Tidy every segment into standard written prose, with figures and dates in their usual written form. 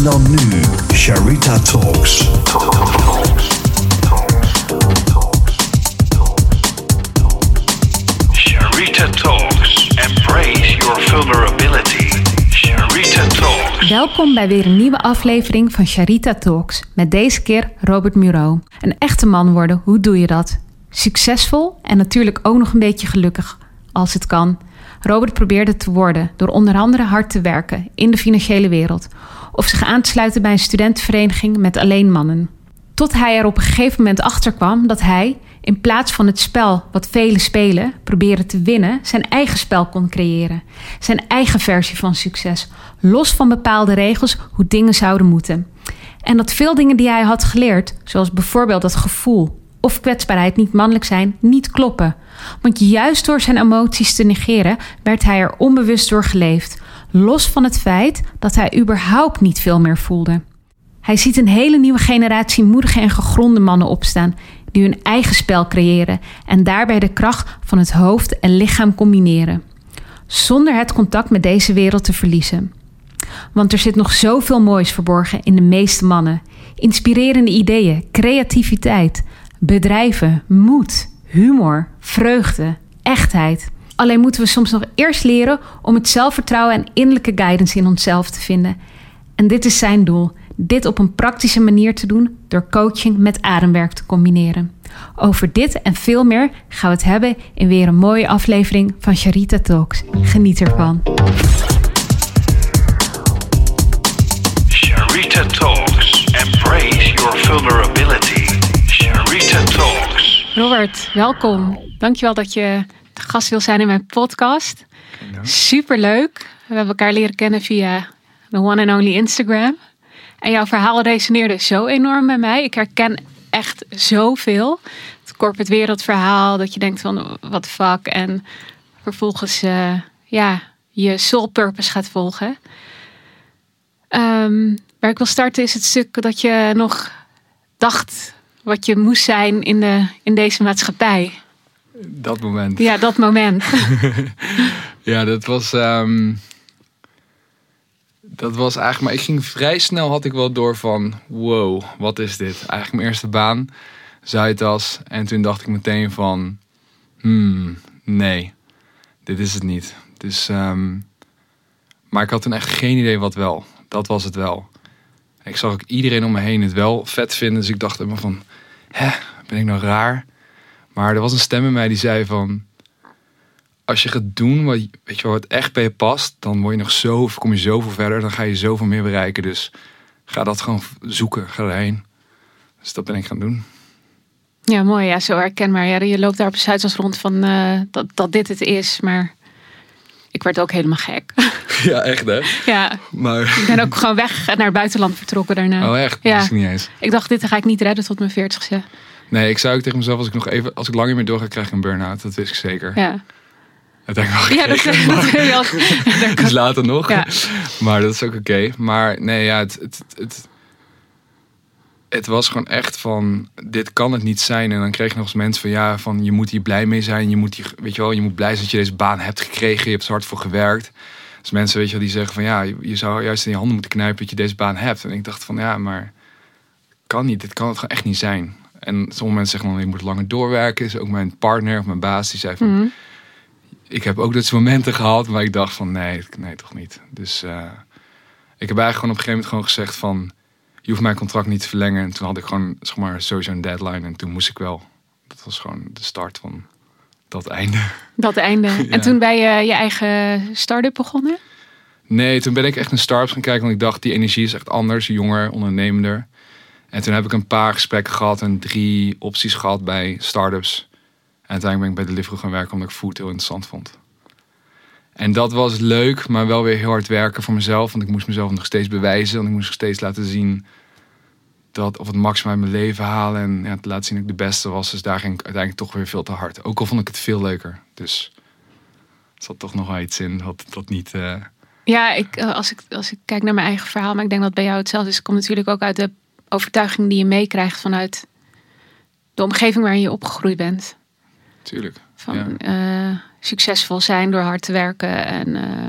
En dan nu, Sharita Talks. Sharita Talks. Embrace your vulnerability. Sharita Talks. Welkom bij weer een nieuwe aflevering van Sharita Talks. Met deze keer Robert Muro. Een echte man worden, hoe doe je dat? Succesvol en natuurlijk ook nog een beetje gelukkig, als het kan. Robert probeerde het te worden door onder andere hard te werken in de financiële wereld of zich aan te sluiten bij een studentenvereniging met alleen mannen. Tot hij er op een gegeven moment achter kwam dat hij, in plaats van het spel wat velen spelen, proberen te winnen, zijn eigen spel kon creëren. Zijn eigen versie van succes, los van bepaalde regels hoe dingen zouden moeten. En dat veel dingen die hij had geleerd, zoals bijvoorbeeld dat gevoel of kwetsbaarheid niet mannelijk zijn, niet kloppen. Want juist door zijn emoties te negeren, werd hij er onbewust door geleefd. Los van het feit dat hij überhaupt niet veel meer voelde. Hij ziet een hele nieuwe generatie moedige en gegronde mannen opstaan, die hun eigen spel creëren en daarbij de kracht van het hoofd en lichaam combineren. Zonder het contact met deze wereld te verliezen. Want er zit nog zoveel moois verborgen in de meeste mannen. Inspirerende ideeën, creativiteit, bedrijven, moed, humor, vreugde, echtheid. Alleen moeten we soms nog eerst leren om het zelfvertrouwen en innerlijke guidance in onszelf te vinden. En dit is zijn doel. Dit op een praktische manier te doen door coaching met ademwerk te combineren. Over dit en veel meer gaan we het hebben in weer een mooie aflevering van Sharita Talks. Geniet ervan. Sharita Talks. Embrace your vulnerability. Sharita Talks. Robert, welkom. Dankjewel dat je de gast wil zijn in mijn podcast. Superleuk. We hebben elkaar leren kennen via de one and only Instagram. En jouw verhaal resoneerde zo enorm bij mij. Ik herken echt zoveel. Het corporate wereldverhaal. Dat je denkt van, what the fuck. En vervolgens je soul purpose gaat volgen. Waar ik wil starten is het stuk dat je nog dacht wat je moest zijn in deze maatschappij. Dat moment. Ja, dat moment. Ja, dat was eigenlijk... Maar ik ging vrij snel, had ik wel door van... Wow, wat is dit? Eigenlijk mijn eerste baan. Zuidas. En toen dacht ik meteen van... Nee. Dit is het niet. Dus... maar ik had toen echt geen idee wat wel. Dat was het wel. Ik zag ook iedereen om me heen het wel vet vinden. Dus ik dacht helemaal van... Ben ik nou raar? Maar er was een stem in mij die zei van... Als je gaat doen wat echt bij je past... dan kom je zoveel verder. Dan ga je zoveel meer bereiken. Dus ga dat gewoon zoeken. Ga erheen. Dus dat ben ik gaan doen. Ja, mooi. Ja, zo herkenbaar. Ja, je loopt daar op de Zuidas rond van dat dit het is. Maar ik werd ook helemaal gek. Ja, echt hè? Ja, maar... ik ben ook gewoon weg naar het buitenland vertrokken daarna. Oh echt? Ja. Dat wist ik niet eens. Ik dacht, dit ga ik niet redden tot mijn 40ste. Nee, ik zei ook tegen mezelf, als ik langer meer doorga, krijg ik een burn-out. Dat wist ik zeker. Ja. Uiteindelijk Ja, dat wil je al. Dus later nog. Ja. Maar dat is ook oké. Maar nee, ja, het was gewoon echt van, dit kan het niet zijn. En dan kreeg je nog eens mensen van je moet hier blij mee zijn. Je moet blij zijn dat je deze baan hebt gekregen. Je hebt er hard voor gewerkt. Dus mensen, die zeggen van je zou juist in je handen moeten knijpen dat je deze baan hebt. En ik dacht van maar kan niet. Dit kan het gewoon echt niet zijn. En sommige mensen zeggen dan, je moet langer doorwerken. Dus ook mijn partner of mijn baas, die zei van... Ik heb ook dat soort momenten gehad, maar ik dacht van nee toch niet. Dus ik heb eigenlijk gewoon op een gegeven moment gewoon gezegd van... Je hoeft mijn contract niet te verlengen. En toen had ik gewoon sowieso een deadline. En toen moest ik wel. Dat was gewoon de start van dat einde. Dat einde. Ja. En toen ben je eigen start-up begonnen? Nee, toen ben ik echt een start-up gaan kijken. Want ik dacht, die energie is echt anders. Jonger, ondernemender. En toen heb ik een paar gesprekken gehad. En 3 opties gehad bij start-ups. En uiteindelijk ben ik bij Deliveroo gaan werken. Omdat ik food heel interessant vond. En dat was leuk, maar wel weer heel hard werken voor mezelf. Want ik moest mezelf nog steeds bewijzen. Want ik moest nog steeds laten zien of het maximum uit mijn leven halen. En te laten zien dat ik de beste was. Dus daar ging ik uiteindelijk toch weer veel te hard. Ook al vond ik het veel leuker. Dus er zat toch nog wel iets in dat niet... Ja, als ik kijk naar mijn eigen verhaal. Maar ik denk dat bij jou hetzelfde is. Het komt natuurlijk ook uit de overtuiging die je meekrijgt vanuit de omgeving waarin je opgegroeid bent. Tuurlijk. Van succesvol zijn door hard te werken. En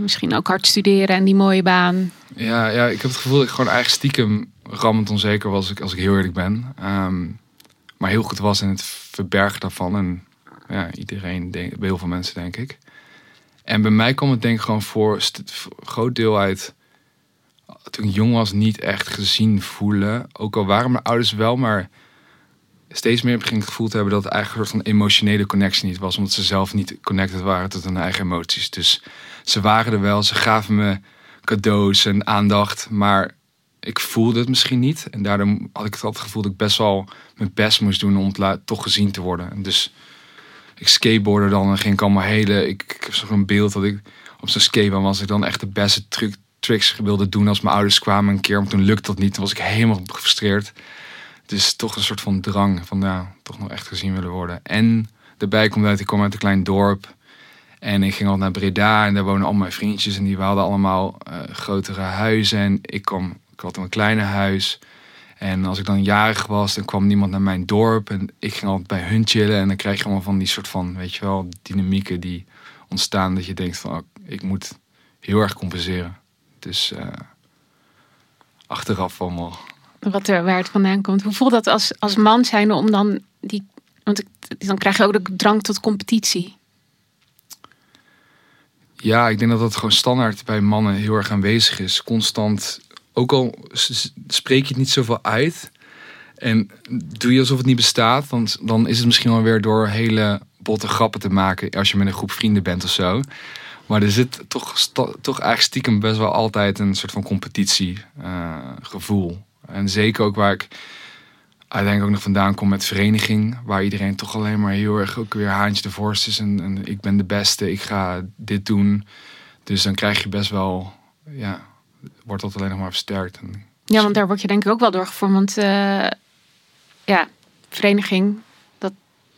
misschien ook hard studeren en die mooie baan. Ja, ik heb het gevoel dat ik gewoon eigenlijk stiekem rammend onzeker was als ik heel eerlijk ben. Maar heel goed was in het verbergen daarvan. En ja, iedereen, bij heel veel mensen denk ik. En bij mij kwam het denk ik gewoon voor een groot deel uit... Toen ik jong was niet echt gezien voelen. Ook al waren mijn ouders wel, maar... Steeds meer begin ik het gevoel te hebben dat het eigenlijk een soort van emotionele connectie niet was. Omdat ze zelf niet connected waren tot hun eigen emoties. Dus ze waren er wel, ze gaven me cadeaus en aandacht. Maar ik voelde het misschien niet. En daardoor had ik het altijd gevoel dat ik best wel mijn best moest doen om toch gezien te worden. En dus ik skateboardde dan en ging ik allemaal Ik heb zo'n beeld dat ik op zo'n skatebaan was. Ik dan echt de beste tricks wilde doen als mijn ouders kwamen een keer. Maar toen lukte dat niet. Toen was ik helemaal gefrustreerd. Dus toch een soort van drang van toch nog echt gezien willen worden. En daarbij ik kwam uit een klein dorp. En ik ging altijd naar Breda en daar wonen al mijn vriendjes. En die hadden allemaal grotere huizen. En ik had een kleine huis. En als ik dan jarig was, dan kwam niemand naar mijn dorp. En ik ging altijd bij hun chillen. En dan krijg je allemaal van die soort van, weet je wel, dynamieken die ontstaan. Dat je denkt van, ik moet heel erg compenseren. Dus achteraf allemaal... Waar het vandaan komt. Hoe voelt dat als man zijn om dan want dan krijg je ook de drang tot competitie. Ja, ik denk dat dat gewoon standaard bij mannen heel erg aanwezig is. Constant, ook al spreek je het niet zoveel uit en doe je alsof het niet bestaat, dan is het misschien wel weer door hele botte grappen te maken als je met een groep vrienden bent of zo. Maar er zit toch eigenlijk stiekem best wel altijd een soort van competitiegevoel. En zeker ook waar ik uiteindelijk ook nog vandaan kom met vereniging. Waar iedereen toch alleen maar heel erg ook weer haantje de voorst is. En ik ben de beste, ik ga dit doen. Dus dan krijg je best wel, wordt dat alleen nog maar versterkt. Ja, want daar word je denk ik ook wel door gevormd. Want vereniging, dat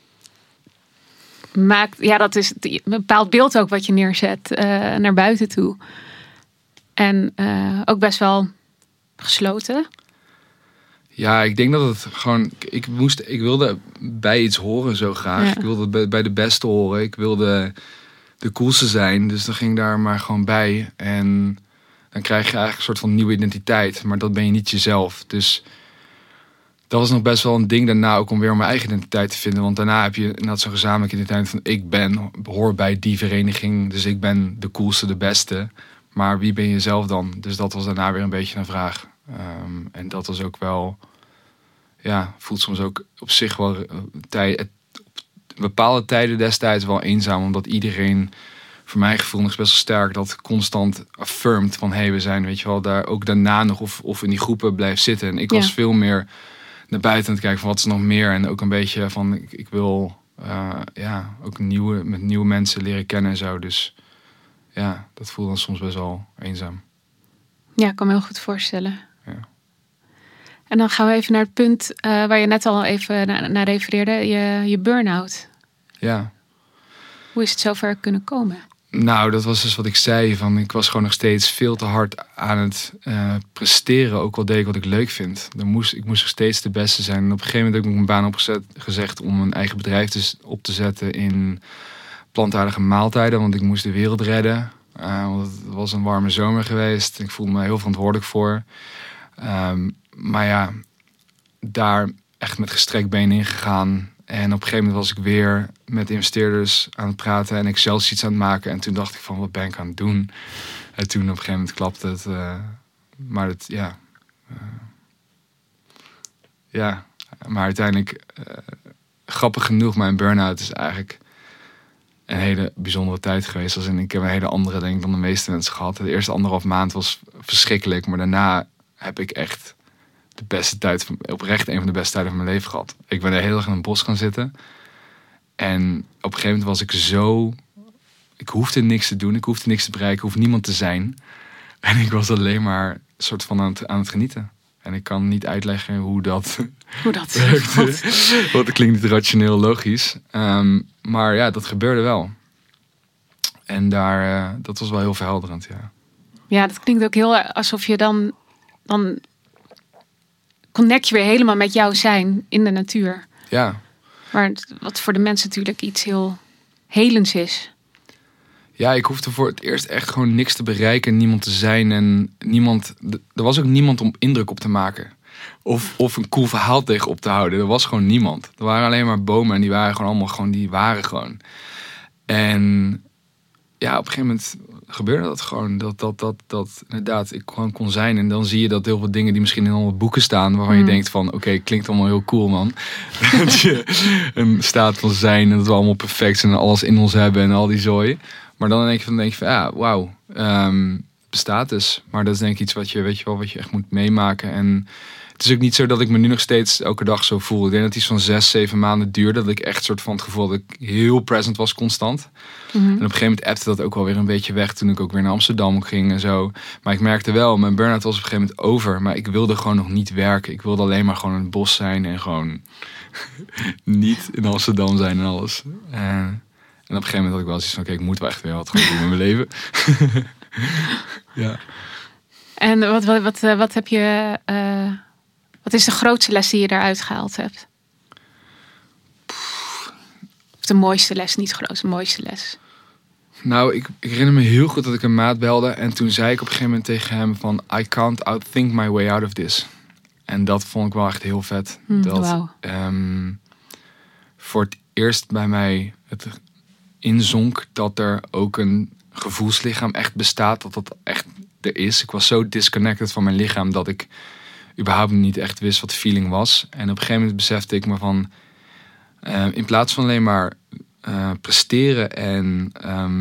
maakt, dat is een bepaald beeld ook wat je neerzet naar buiten toe. En ook best wel gesloten. Ja, ik denk dat het gewoon... Ik wilde bij iets horen zo graag. Ja. Ik wilde bij de beste horen. Ik wilde de coolste zijn. Dus dan ging ik daar maar gewoon bij. En dan krijg je eigenlijk een soort van nieuwe identiteit. Maar dat ben je niet jezelf. Dus dat was nog best wel een ding daarna ook om weer mijn eigen identiteit te vinden. Want daarna heb je inderdaad zo'n gezamenlijke identiteit van hoor bij die vereniging. Dus ik ben de coolste, de beste. Maar wie ben je zelf dan? Dus dat was daarna weer een beetje een vraag. En dat was ook wel, voelt soms ook op zich wel op bepaalde tijden destijds wel eenzaam, omdat iedereen, voor mijn gevoel, nog best wel sterk dat constant affirmt van we zijn, weet je wel, daar ook daarna nog of in die groepen blijft zitten. En ik was veel meer naar buiten aan het kijken van wat is nog meer en ook een beetje van ik wil ook met nieuwe mensen leren kennen en zo. Dus ja, dat voelde dan soms best wel eenzaam. Ja, ik kan me heel goed voorstellen. Ja. En dan gaan we even naar het punt waar je net al even naar refereerde. Je burn-out. Ja. Hoe is het zover kunnen komen? Nou, dat was dus wat ik zei. Ik was gewoon nog steeds veel te hard aan het presteren. Ook al deed ik wat ik leuk vind. Ik moest nog steeds de beste zijn. En op een gegeven moment heb ik mijn baan opgezegd om een eigen bedrijf op te zetten in plantaardige maaltijden. Want ik moest de wereld redden. Want het was een warme zomer geweest. Ik voelde me heel verantwoordelijk voor. Maar ja, daar echt met gestrekt been in gegaan. En op een gegeven moment was ik weer met investeerders aan het praten. En ik zelfs iets aan het maken. En toen dacht ik van, wat ben ik aan het doen? En toen op een gegeven moment klapte het. Maar uiteindelijk, grappig genoeg, mijn burn-out is eigenlijk een hele bijzondere tijd geweest. Ik heb een hele andere, denk ik, dan de meeste mensen gehad. De eerste 1,5 maand was verschrikkelijk. Maar daarna heb ik echt de beste tijd, oprecht een van de beste tijden van mijn leven gehad. Ik ben er heel erg in een bos gaan zitten. En op een gegeven moment was ik zo... Ik hoefde niks te doen, ik hoefde niks te bereiken, ik hoefde niemand te zijn. En ik was alleen maar een soort van aan het genieten. En ik kan niet uitleggen hoe dat werkte. Want het klinkt niet rationeel logisch. Maar ja, dat gebeurde wel. En dat was wel heel verhelderend, ja. Ja, dat klinkt ook heel alsof je dan connect je weer helemaal met jouw zijn in de natuur. Ja. Maar wat voor de mensen natuurlijk iets heel helends is. Ja, ik hoefde voor het eerst echt gewoon niks te bereiken. Niemand te zijn. En er was ook niemand om indruk op te maken. Of een cool verhaal tegen op te houden. Er was gewoon niemand. Er waren alleen maar bomen. En die waren gewoon allemaal gewoon. Die waren gewoon. En ja, op een gegeven moment gebeurde dat gewoon. Dat inderdaad ik gewoon kon zijn. En dan zie je dat heel veel dingen die misschien in alle boeken staan. Waarvan je denkt van oké, klinkt allemaal heel cool, man. Dat je een staat van zijn. En dat we allemaal perfect zijn. En alles in ons hebben. En al die zooi. Maar dan denk je van ja, wauw. Bestaat dus. Maar dat is denk ik iets wat je echt moet meemaken. En het is ook niet zo dat ik me nu nog steeds elke dag zo voel. Ik denk dat het iets van 6-7 maanden duurde. Dat ik echt soort van het gevoel dat ik heel present was constant. En op een gegeven moment appte dat ook wel weer een beetje weg. Toen ik ook weer naar Amsterdam ging en zo. Maar ik merkte wel, mijn burn-out was op een gegeven moment over. Maar ik wilde gewoon nog niet werken. Ik wilde alleen maar gewoon in het bos zijn. En gewoon niet in Amsterdam zijn en alles. En op een gegeven moment had ik wel zoiets van, oké, ik moet wel echt weer wat gaan doen in mijn leven. Ja. En wat heb je... wat is de grootste les die je daaruit gehaald hebt? Of de mooiste les, niet groot, de mooiste les. Nou, ik herinner me heel goed dat ik een maat belde. En toen zei ik op een gegeven moment tegen hem van... I can't outthink my way out of this. En dat vond ik wel echt heel vet. Dat voor het eerst bij mij het inzonk dat er ook een gevoelslichaam echt bestaat. Dat dat echt er is. Ik was zo disconnected van mijn lichaam dat ik überhaupt niet echt wist wat feeling was. En op een gegeven moment besefte ik me van... in plaats van alleen maar presteren en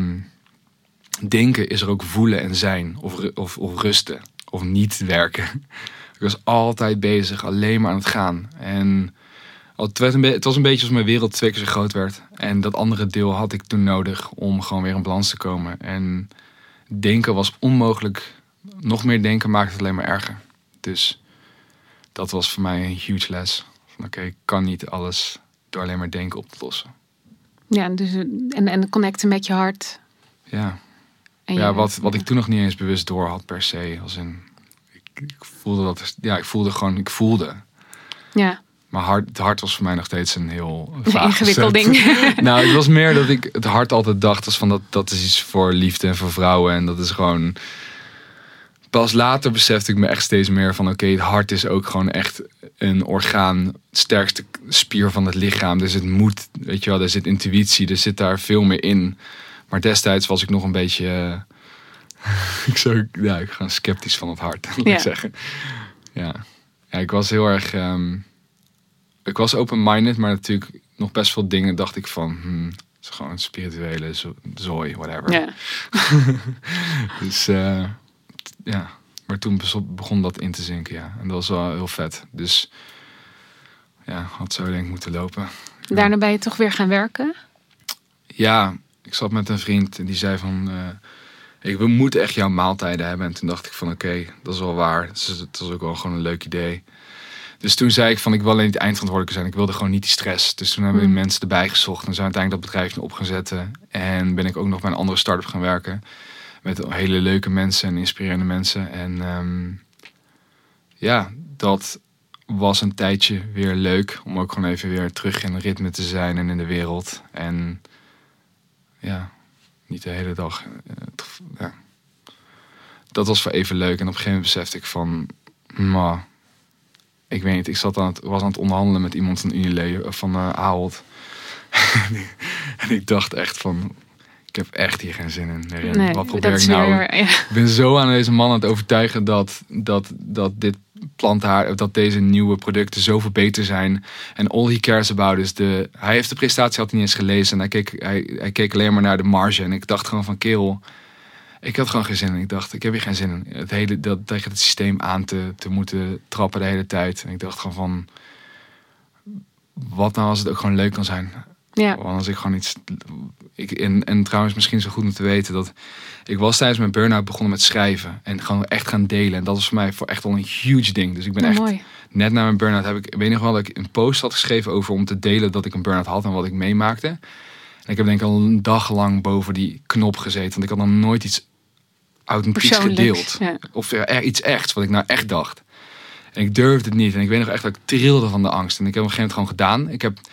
denken... is er ook voelen en zijn. Of rusten. Of niet werken. Ik was altijd bezig. Alleen maar aan het gaan. En het was een beetje als mijn wereld 2 keer zo groot werd. En dat andere deel had ik toen nodig om gewoon weer in balans te komen. En denken was onmogelijk. Nog meer denken maakte het alleen maar erger. Dus dat was voor mij een huge les. Oké, ik kan niet alles door alleen maar denken op te lossen. Ja, dus en connecten met je hart. Ja. Wat ik toen nog niet eens bewust door had per se. Als ik voelde dat. Ja, ik voelde. Ja. Maar het hart was voor mij nog steeds een heel ingewikkeld ding. Nou, het was meer dat ik het hart altijd dacht als van dat is iets voor liefde en voor vrouwen. En dat is gewoon... Pas later besefte ik me echt steeds meer van oké, het hart is ook gewoon echt een orgaan, het sterkste spier van het lichaam. Dus het moet, weet je wel, er zit intuïtie, er zit daar veel meer in. Maar destijds was ik nog een beetje, ik ga sceptisch van het hart, moet ik zeggen. Ja, ik was heel erg, ik was open-minded, maar natuurlijk nog best veel dingen dacht ik van, het is gewoon spirituele zooi, whatever. Ja. Dus ja, maar toen begon dat in te zinken, ja. En dat was wel heel vet. Dus ja, had zo denk ik moeten lopen. Daarna ben je toch weer gaan werken? Ja, ik zat met een vriend en die zei van... we moeten echt jouw maaltijden hebben. En toen dacht ik van oké, dat is wel waar. Dus het was ook wel gewoon een leuk idee. Dus toen zei ik van ik wil alleen niet eindverantwoordelijke zijn. Ik wilde gewoon niet die stress. Dus toen hebben we mensen erbij gezocht. En zijn uiteindelijk dat bedrijf op gaan zetten. En ben ik ook nog bij een andere start-up gaan werken. Met hele leuke mensen en inspirerende mensen. En dat was een tijdje weer leuk. Om ook gewoon even weer terug in het ritme te zijn en in de wereld. En ja, niet de hele dag. Dat was voor even leuk. En op een gegeven moment besefte ik van... ik weet niet, ik was aan het onderhandelen met iemand van Unilever, van Ahold. En ik dacht echt van... Ik heb echt hier geen zin in. Nee, wat probeer ik nou? Ik ben zo aan deze man aan het overtuigen dat dit planthaar, dat deze nieuwe producten zoveel beter zijn. En all he cares about is hij heeft de presentatie had niet eens gelezen. En hij keek alleen maar naar de marge. En ik dacht gewoon van kerel, ik had gewoon geen zin in. Ik dacht, ik heb hier geen zin in. Tegen het systeem aan te moeten trappen de hele tijd. En ik dacht gewoon van, wat nou als het ook gewoon leuk kan zijn? Ja. Want als ik gewoon iets... En trouwens misschien zo goed om te weten dat... Ik was tijdens mijn burn-out begonnen met schrijven. En gewoon echt gaan delen. En dat was voor mij echt wel een huge ding. Dus ik ben echt... Mooi. Net na mijn burn-out ik weet nog wel dat ik een post had geschreven over om te delen dat ik een burn-out had en wat ik meemaakte. En ik heb denk ik al een dag lang boven die knop gezeten. Want ik had nog nooit iets authentieks gedeeld. Ja. Of iets echts wat ik nou echt dacht. En ik durfde het niet. En ik weet nog echt dat ik trilde van de angst. En ik heb op een gegeven moment gewoon gedaan. Ik heb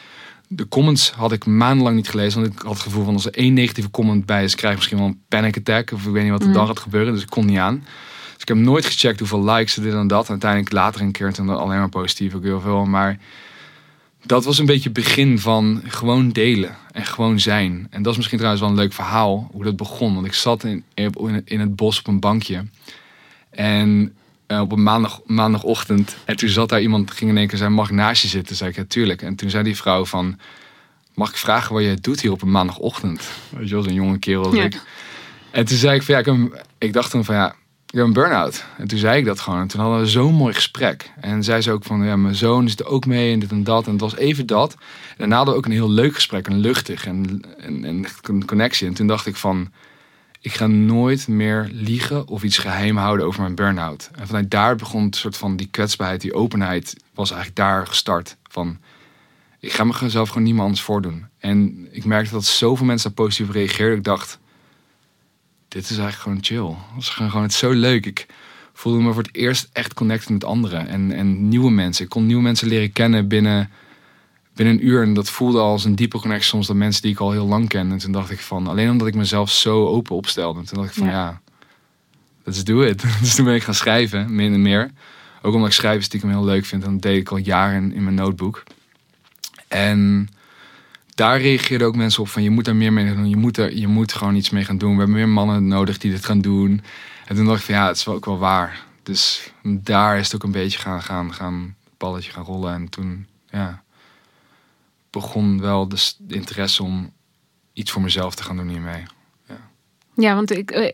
de comments had ik maandenlang niet gelezen. Want ik had het gevoel van als er 1 negatieve comment bij is, krijg ik misschien wel een panic attack. Of ik weet niet wat er dan gaat gebeuren. Dus ik kon niet aan. Dus ik heb nooit gecheckt hoeveel likes er dit en dat. En uiteindelijk later een keer en toen alleen maar positief. Ook heel veel. Maar dat was een beetje het begin van gewoon delen. En gewoon zijn. En dat is misschien trouwens wel een leuk verhaal. Hoe dat begon. Want ik zat in het bos op een bankje. En op een maandagochtend. En toen zat daar iemand, ging in één keer zeggen, mag ik naast je zitten? Zei ik, ja, tuurlijk. En toen zei die vrouw van, mag ik vragen wat jij doet hier op een maandagochtend? Weet je wel, zo'n jonge kerel als ik. En toen zei ik van, ja, ik dacht toen van, ja, ik heb een burn-out. En toen zei ik dat gewoon. En toen hadden we zo'n mooi gesprek. En zei ze ook van, ja, mijn zoon is er ook mee en dit en dat. En het was even dat. En daarna hadden we ook een heel leuk gesprek. Een luchtig en een connectie. En toen dacht ik van, ik ga nooit meer liegen of iets geheim houden over mijn burn-out. En vanuit daar begon het soort van die kwetsbaarheid, die openheid, was eigenlijk daar gestart. Van, ik ga mezelf gewoon niemand anders voordoen. En ik merkte dat zoveel mensen daar positief reageerden. Ik dacht, dit is eigenlijk gewoon chill. Het was gewoon het is zo leuk. Ik voelde me voor het eerst echt connected met anderen. En nieuwe mensen. Ik kon nieuwe mensen leren kennen binnen een uur. En dat voelde als een diepe connectie soms dan mensen die ik al heel lang ken. En toen dacht ik van, alleen omdat ik mezelf zo open opstelde. En toen dacht ik van, ja, let's do it. Dus toen ben ik gaan schrijven, meer en meer. Ook omdat ik schrijven stiekem heel leuk vind. En dat deed ik al jaren in mijn notebook. En daar reageerden ook mensen op van, je moet daar meer mee gaan doen. Je moet gewoon iets mee gaan doen. We hebben meer mannen nodig die dit gaan doen. En toen dacht ik van, ja, het is wel ook wel waar. Dus daar is het ook een beetje gaan het balletje gaan rollen. En toen, ja, begon wel de interesse om iets voor mezelf te gaan doen hiermee. Ja, want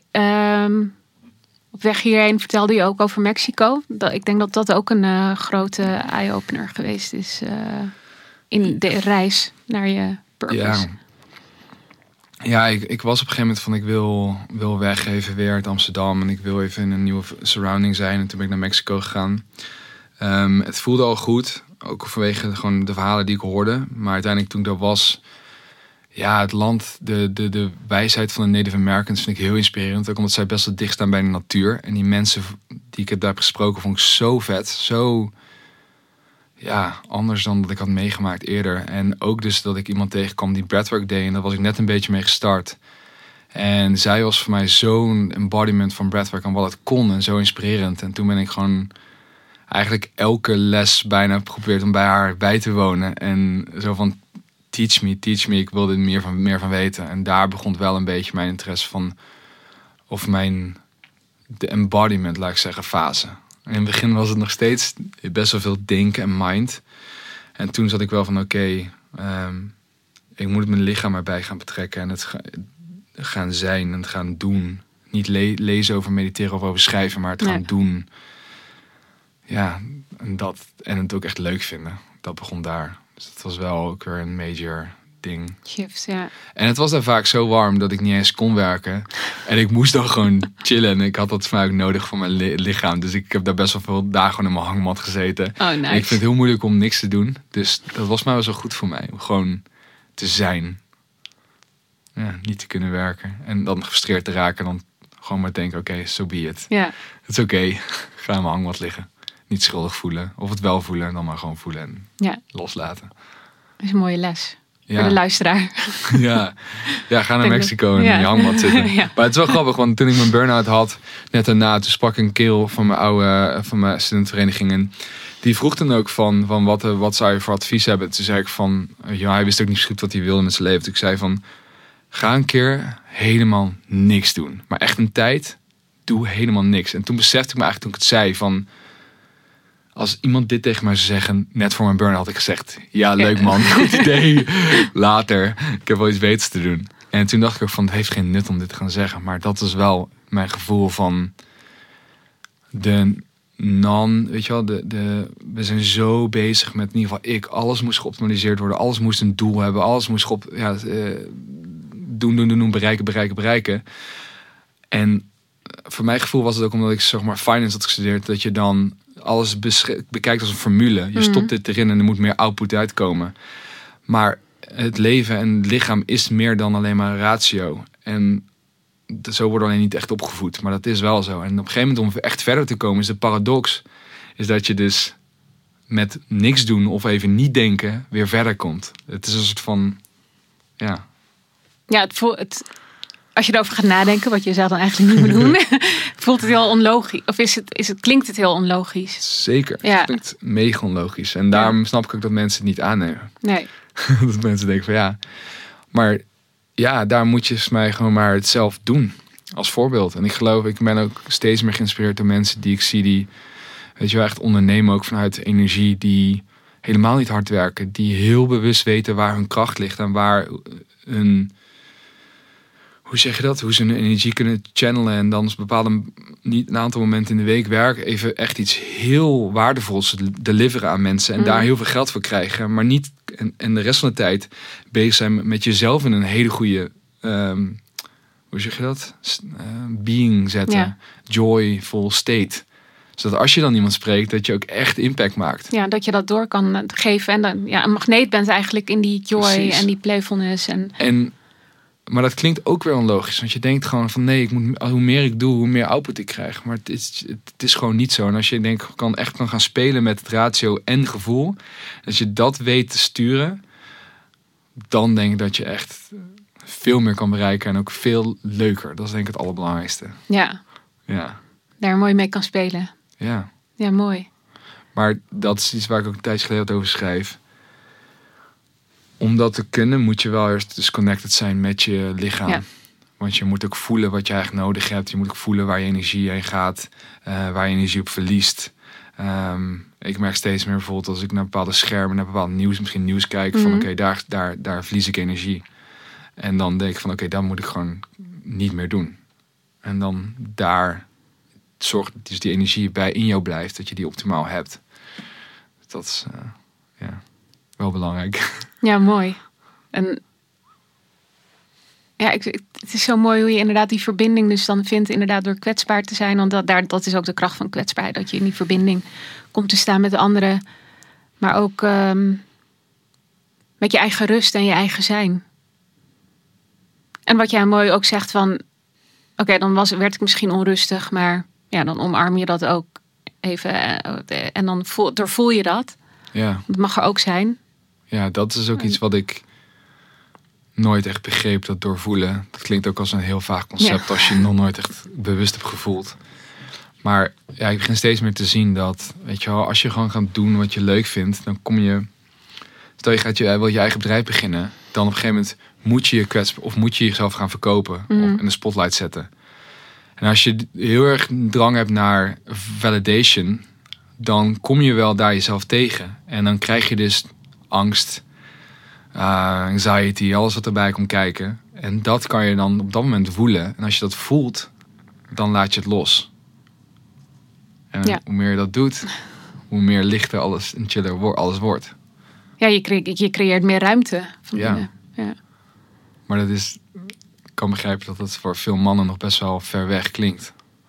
op weg hierheen vertelde je ook over Mexico. Ik denk dat dat ook een grote eye-opener geweest is in de reis naar je purpose. Ja, ik was op een gegeven moment van, ik wil weg even weer uit Amsterdam. En ik wil even in een nieuwe surrounding zijn. En toen ben ik naar Mexico gegaan. Het voelde al goed. Ook vanwege gewoon de verhalen die ik hoorde. Maar uiteindelijk toen ik daar was, ja, het land, de wijsheid van de Native Americans vind ik heel inspirerend. Ook omdat zij best wel dicht staan bij de natuur. En die mensen die ik daar heb gesproken, vond ik zo vet. Zo, ja, anders dan dat ik had meegemaakt eerder. En ook dus dat ik iemand tegenkwam die breathwork deed. En daar was ik net een beetje mee gestart. En zij was voor mij zo'n embodiment van breathwork en wat het kon. En zo inspirerend. En toen ben ik gewoon eigenlijk elke les bijna geprobeerd om bij haar bij te wonen. En zo van, teach me. Ik wilde er meer van weten. En daar begon wel een beetje mijn interesse van, of de embodiment, laat ik zeggen, fase. In het begin was het nog steeds best wel veel denken en mind. En toen zat ik wel van, oké, ik moet mijn lichaam erbij gaan betrekken. En het gaan zijn en het gaan doen. Niet lezen over mediteren of over schrijven, maar het gaan doen. Ja, en het ook echt leuk vinden. Dat begon daar. Dus dat was wel ook weer een major ding. Shift, ja. En het was daar vaak zo warm dat ik niet eens kon werken. En ik moest dan gewoon chillen. En ik had dat voor mij ook nodig voor mijn lichaam. Dus ik heb daar best wel veel dagen gewoon in mijn hangmat gezeten. Oh, nice. En ik vind het heel moeilijk om niks te doen. Dus dat was maar wel zo goed voor mij. Om gewoon te zijn. Ja, niet te kunnen werken. En dan gefrustreerd te raken. En dan gewoon maar denken, oké, so be it. Ja. Het is oké. Ga in mijn hangmat liggen. Niet schuldig voelen. Of het wel voelen en dan maar gewoon voelen en loslaten. Dat is een mooie les. Voor de luisteraar. Ja, ga naar Mexico en in je hangmat zitten. Ja. Maar het is wel grappig, want toen ik mijn burn-out had, net daarna, toen sprak een kerel van mijn studentenvereniging. En die vroeg dan ook van wat zou je voor advies hebben? Toen zei ik van, hij wist ook niet goed wat hij wilde met zijn leven. Dus ik zei van, ga een keer helemaal niks doen. Maar echt een tijd, doe helemaal niks. En toen besefte ik me eigenlijk, toen ik het zei, van, als iemand dit tegen mij zou zeggen, net voor mijn burn had ik gezegd, ja, leuk man, goed idee. Later, ik heb wel iets beters te doen. En toen dacht ik ook van, het heeft geen nut om dit te gaan zeggen. Maar dat is wel mijn gevoel van weet je wel, we zijn zo bezig met, in ieder geval alles moest geoptimaliseerd worden. Alles moest een doel hebben. Alles moest doen, bereiken. En voor mijn gevoel was het ook omdat ik, zeg maar, finance had gestudeerd, dat je dan alles bekijkt als een formule. Je stopt dit erin en er moet meer output uitkomen. Maar het leven en het lichaam is meer dan alleen maar een ratio. En zo worden we alleen niet echt opgevoed. Maar dat is wel zo. En op een gegeven moment, om echt verder te komen, is de paradox, is dat je dus met niks doen of even niet denken weer verder komt. Het is een soort van, ja. Ja, als je erover gaat nadenken, wat je zou dan eigenlijk niet meer doen, voelt het heel onlogisch. Of klinkt het heel onlogisch? Zeker, Ja. het klinkt mega onlogisch. En daarom snap ik ook dat mensen het niet aannemen. Nee. Dat mensen denken van ja. Maar ja, daar moet je mij gewoon maar het zelf doen. Als voorbeeld. En ik ben ook steeds meer geïnspireerd door mensen die ik zie die, weet je wel, echt ondernemen ook vanuit energie, die helemaal niet hard werken. Die heel bewust weten waar hun kracht ligt en waar hun, hoe zeg je dat? Hoe ze hun energie kunnen channelen en dan een aantal momenten in de week werken. Even echt iets heel waardevols deliveren aan mensen. En daar heel veel geld voor krijgen. Maar niet, en de rest van de tijd bezig zijn met jezelf in een hele goede, hoe zeg je dat? Being zetten. Ja. Joyful state. Zodat als je dan iemand spreekt, dat je ook echt impact maakt. Ja, dat je dat door kan geven. En dan een magneet bent eigenlijk in die joy. Precies. En die playfulness. Maar dat klinkt ook weer onlogisch. Want je denkt gewoon van nee, hoe meer ik doe, hoe meer output ik krijg. Maar het is gewoon niet zo. En als je kan gaan spelen met het ratio en gevoel. Als je dat weet te sturen. Dan denk ik dat je echt veel meer kan bereiken. En ook veel leuker. Dat is denk ik het allerbelangrijkste. Ja, daar mooi mee kan spelen. Ja. Ja, mooi. Maar dat is iets waar ik ook een tijdje geleden over schrijf. Om dat te kunnen moet je wel eerst dus connected zijn met je lichaam. Ja. Want je moet ook voelen wat je eigenlijk nodig hebt. Je moet ook voelen waar je energie heen gaat. Waar je energie op verliest. Ik merk steeds meer bijvoorbeeld als ik naar bepaalde schermen, naar bepaalde nieuws kijk. Van oké, daar verlies ik energie. En dan denk ik van oké, dat moet ik gewoon niet meer doen. En dan daar zorg dat dus die energie bij in jou blijft. Dat je die optimaal hebt. Dat is wel belangrijk. Ja, mooi. En ja, het is zo mooi hoe je inderdaad die verbinding dus dan vindt, inderdaad door kwetsbaar te zijn. Want dat is ook de kracht van kwetsbaarheid. Dat je in die verbinding komt te staan met de anderen. Maar ook met je eigen rust en je eigen zijn. En wat jij mooi ook zegt van, oké, dan werd ik misschien onrustig. Maar ja, dan omarm je dat ook even. En dan doorvoel je dat. Ja. Dat mag er ook zijn. Ja, dat is ook iets wat ik nooit echt begreep, dat doorvoelen. Dat klinkt ook als een heel vaag concept als je het nog nooit echt bewust hebt gevoeld. Maar ja, ik begin steeds meer te zien dat, weet je wel, als je gewoon gaat doen wat je leuk vindt, dan kom je, stel je wil je eigen bedrijf beginnen, dan op een gegeven moment moet je je kwetsen of moet je jezelf gaan verkopen of in de spotlight zetten. En als je heel erg drang hebt naar validation, dan kom je wel daar jezelf tegen. En dan krijg je dus angst, anxiety, alles wat erbij komt kijken. En dat kan je dan op dat moment voelen. En als je dat voelt, dan laat je het los. En hoe meer je dat doet, hoe meer lichter alles en chiller alles wordt. Ja, je creëert meer ruimte van binnen. Ja. Maar dat is, ik kan begrijpen dat dat voor veel mannen nog best wel ver weg klinkt.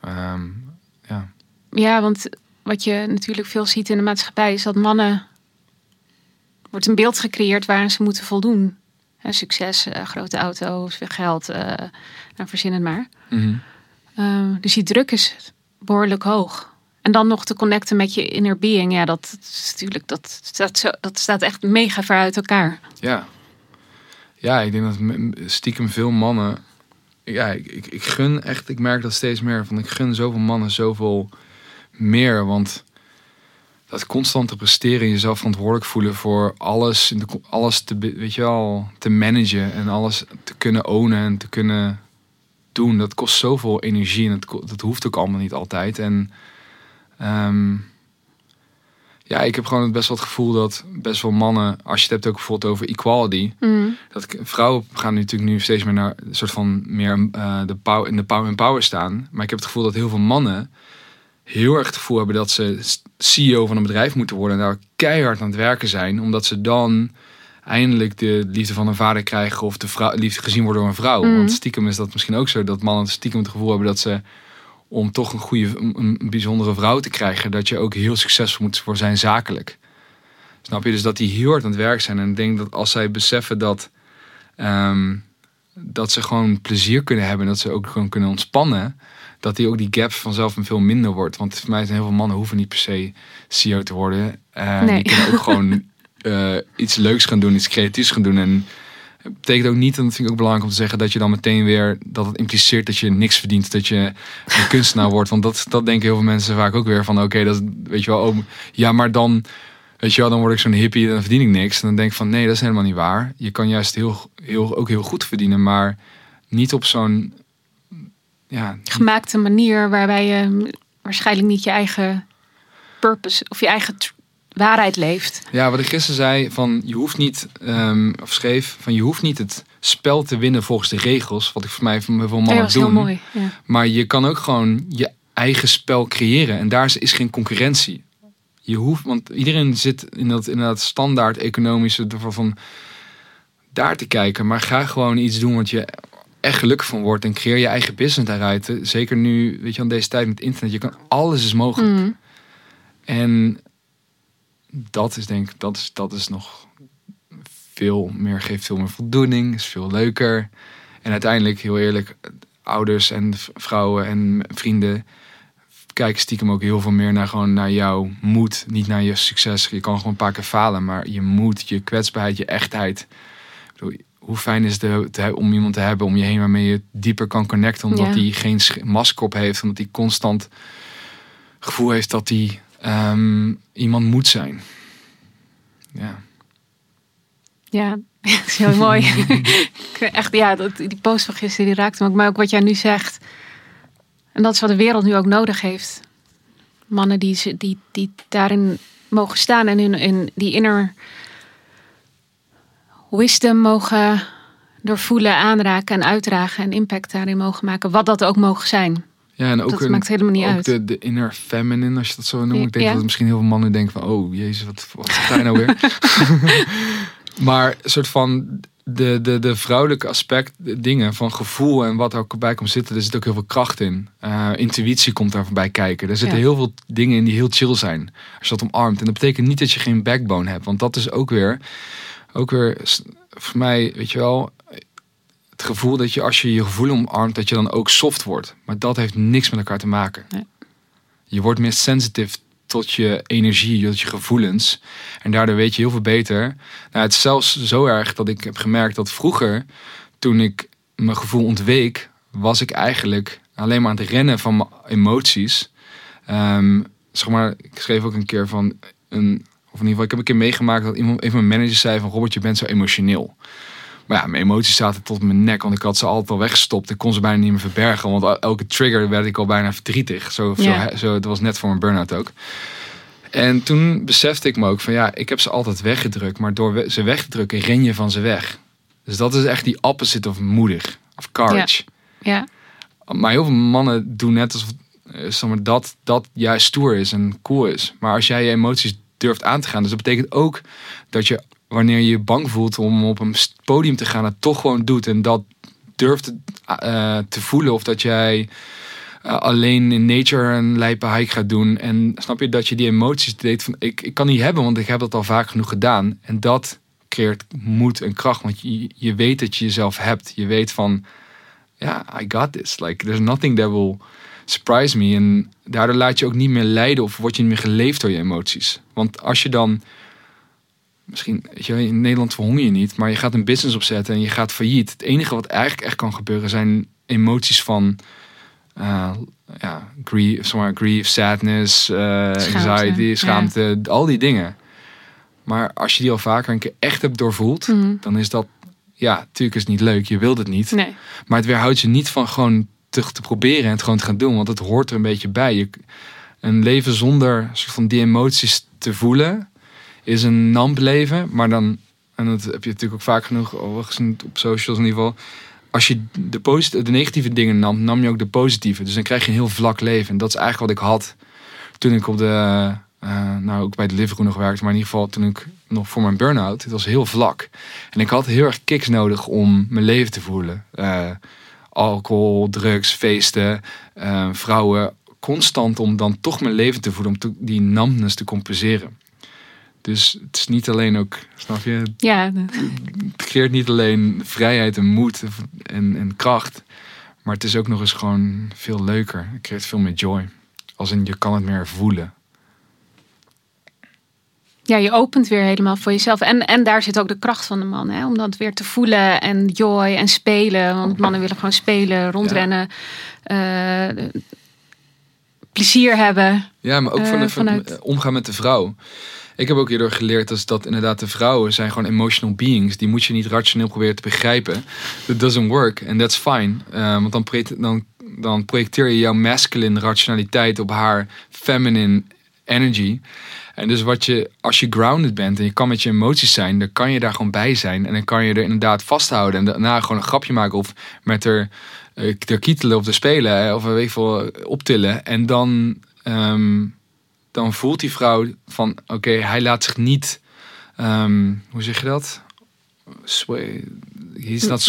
Ja, want wat je natuurlijk veel ziet in de maatschappij is dat mannen, wordt een beeld gecreëerd waaraan ze moeten voldoen. Succes, grote auto's, veel geld, verzin het maar. Mm-hmm. Dus die druk is behoorlijk hoog. En dan nog te connecten met je inner being, ja, dat is natuurlijk, dat staat echt mega ver uit elkaar. Ja, ik denk dat stiekem veel mannen, ja, ik gun echt, ik merk dat steeds meer van, ik gun zoveel mannen zoveel meer, want dat constante presteren, jezelf verantwoordelijk voelen voor alles te, weet je wel, te managen en alles te kunnen ownen en te kunnen doen, dat kost zoveel energie en dat hoeft ook allemaal niet altijd. En ik heb gewoon best wel het gevoel dat best wel mannen, als je het hebt ook bijvoorbeeld over equality, dat vrouwen gaan natuurlijk nu steeds meer naar een soort van meer in de power en power staan. Maar ik heb het gevoel dat heel veel mannen heel erg het gevoel hebben dat ze CEO van een bedrijf moeten worden en daar keihard aan het werken zijn, omdat ze dan eindelijk de liefde van een vader krijgen of de liefde gezien worden door een vrouw. Want stiekem is dat misschien ook zo, dat mannen stiekem het gevoel hebben dat ze, om toch een bijzondere vrouw te krijgen, dat je ook heel succesvol moet voor zijn zakelijk. Snap je? Dus dat die heel hard aan het werk zijn. En ik denk dat als zij beseffen dat dat ze gewoon plezier kunnen hebben. Dat ze ook gewoon kunnen ontspannen. Dat die gap vanzelf veel minder wordt. Want voor mij zijn heel veel mannen hoeven niet per se CEO te worden. Die kunnen ook gewoon iets leuks gaan doen. Iets creatiefs gaan doen. En het betekent ook niet, en dat vind ik ook belangrijk om te zeggen, dat je dan meteen weer, dat het impliceert dat je niks verdient. Dat je een kunstenaar wordt. Want dat denken heel veel mensen vaak ook weer van, oké, dat weet je wel, ja, maar dan, weet je wel, dan word ik zo'n hippie en dan verdien ik niks. En dan denk ik van, nee, dat is helemaal niet waar. Je kan juist ook heel goed verdienen, maar niet op zo'n gemaakte manier waarbij je waarschijnlijk niet je eigen purpose of je eigen waarheid leeft. Ja, wat ik gisteren zei, van je hoeft niet, of schreef, van je hoeft niet het spel te winnen volgens de regels. Wat ik voor mij van heel veel mannen doen. Heel mooi, ja. Maar je kan ook gewoon je eigen spel creëren. En daar is geen concurrentie. Je hoeft, want iedereen zit in dat standaard economische van daar te kijken. Maar ga gewoon iets doen wat je echt gelukkig van wordt. En creëer je eigen business daaruit. Zeker nu, weet je, aan deze tijd met internet. Je kan, alles is mogelijk. Mm. En dat is denk ik, dat is nog veel meer, geeft veel meer voldoening. Is veel leuker. En uiteindelijk, heel eerlijk, ouders en vrouwen en vrienden kijken stiekem ook heel veel meer naar jouw moed. Niet naar je succes. Je kan gewoon een paar keer falen. Maar je moed, je kwetsbaarheid, je echtheid. Ik bedoel, hoe fijn is het om iemand te hebben om je heen waarmee je dieper kan connecten. Omdat hij geen masker op heeft. Omdat hij constant gevoel heeft dat hij iemand moet zijn. Ja. Ja, dat is heel mooi. Echt, ja, die post van gisteren die raakte me ook. Maar ook wat jij nu zegt. En dat is wat de wereld nu ook nodig heeft. Mannen die daarin mogen staan. En in die inner wisdom mogen doorvoelen, aanraken en uitdragen. En impact daarin mogen maken. Wat dat ook mogen zijn. Ja, en ook dat maakt helemaal niet uit. De inner feminine, als je dat zo noemt. Ik denk dat misschien heel veel mannen denken van, oh jezus, wat zegt hij nou weer? Maar een soort van de vrouwelijke aspect, dingen van gevoel en wat er ook bij komt zitten, er zit ook heel veel kracht in. Intuïtie komt daar voorbij kijken. Er zitten heel veel dingen in die heel chill zijn. Als je dat omarmt. En dat betekent niet dat je geen backbone hebt. Want dat is ook weer voor mij, weet je wel, het gevoel dat je als je gevoel omarmt, dat je dan ook soft wordt. Maar dat heeft niks met elkaar te maken. Nee. Je wordt meer sensitive tot je energie, tot je gevoelens. En daardoor weet je heel veel beter. Nou, het is zelfs zo erg dat ik heb gemerkt dat vroeger, toen ik mijn gevoel ontweek, was ik eigenlijk alleen maar aan het rennen van mijn emoties. Zeg maar, ik schreef ook een keer van of in ieder geval, ik heb een keer meegemaakt dat een van mijn managers zei van, Robert, je bent zo emotioneel. Maar ja, mijn emoties zaten tot mijn nek, want ik had ze altijd al weggestopt. Ik kon ze bijna niet meer verbergen, want elke trigger werd ik al bijna verdrietig. Zo, dat was net voor mijn burn-out ook. En toen besefte ik me ook van, ja, ik heb ze altijd weggedrukt. Maar door ze weg te drukken, ren je van ze weg. Dus dat is echt die opposite of moedig. Of courage. Ja. Maar heel veel mannen doen net alsof dat juist stoer is en cool is. Maar als jij je emoties durft aan te gaan, dus dat betekent ook dat je, wanneer je je bang voelt om op een podium te gaan, het toch gewoon doet. En dat durft te voelen. Of dat jij alleen in nature een lijpe hike gaat doen. En snap je dat je die emoties deed van, ik kan niet hebben, want ik heb dat al vaak genoeg gedaan. En dat creëert moed en kracht. Want je weet dat je jezelf hebt. Je weet van, ja, I got this. Like, there's nothing that will surprise me. En daardoor laat je ook niet meer leiden of word je niet meer geleefd door je emoties. Want als je dan, misschien, weet je, in Nederland verhonger je niet, maar je gaat een business opzetten en je gaat failliet. Het enige wat eigenlijk echt kan gebeuren zijn emoties van grief, sadness, anxiety, schaamte, al die dingen. Maar als je die al vaker een keer echt hebt doorvoeld, dan is dat, ja, natuurlijk is het niet leuk, je wilt het niet. Nee. Maar het weerhoudt je niet van gewoon te proberen en het gewoon te gaan doen, want het hoort er een beetje bij. Een leven zonder soort van die emoties te voelen is een namp leven, maar dan, en dat heb je natuurlijk ook vaak genoeg gezien op socials in ieder geval, als je de negatieve dingen nam je ook de positieve. Dus dan krijg je een heel vlak leven. En dat is eigenlijk wat ik had toen ik op ook bij de Deliveroo nog werkte, maar in ieder geval toen ik nog voor mijn burn-out, het was heel vlak. En ik had heel erg kicks nodig om mijn leven te voelen. Alcohol, drugs, feesten, vrouwen, constant om dan toch mijn leven te voelen, om die numbness te compenseren. Dus het is niet alleen ook, snap je? Ja. Het creëert niet alleen vrijheid en moed en kracht. Maar het is ook nog eens gewoon veel leuker. Het creëert veel meer joy. Als in, je kan het meer voelen. Ja, je opent weer helemaal voor jezelf. En daar zit ook de kracht van de man. Hè? Om dat weer te voelen en joy en spelen. Want mannen willen gewoon spelen, rondrennen. Plezier hebben. Ja, maar ook vanuit omgaan met de vrouw. Ik heb ook hierdoor geleerd dat inderdaad de vrouwen zijn gewoon emotional beings. Die moet je niet rationeel proberen te begrijpen. That doesn't work and that's fine. Want dan projecteer je jouw masculine rationaliteit op haar feminine energy. En dus als je grounded bent en je kan met je emoties zijn, dan kan je daar gewoon bij zijn. En dan kan je er inderdaad vasthouden. En daarna gewoon een grapje maken of met haar kietelen of te spelen. Of weet ik veel, optillen. En dan voelt die vrouw van, oké, hij laat zich niet, hoe zeg je dat? He's not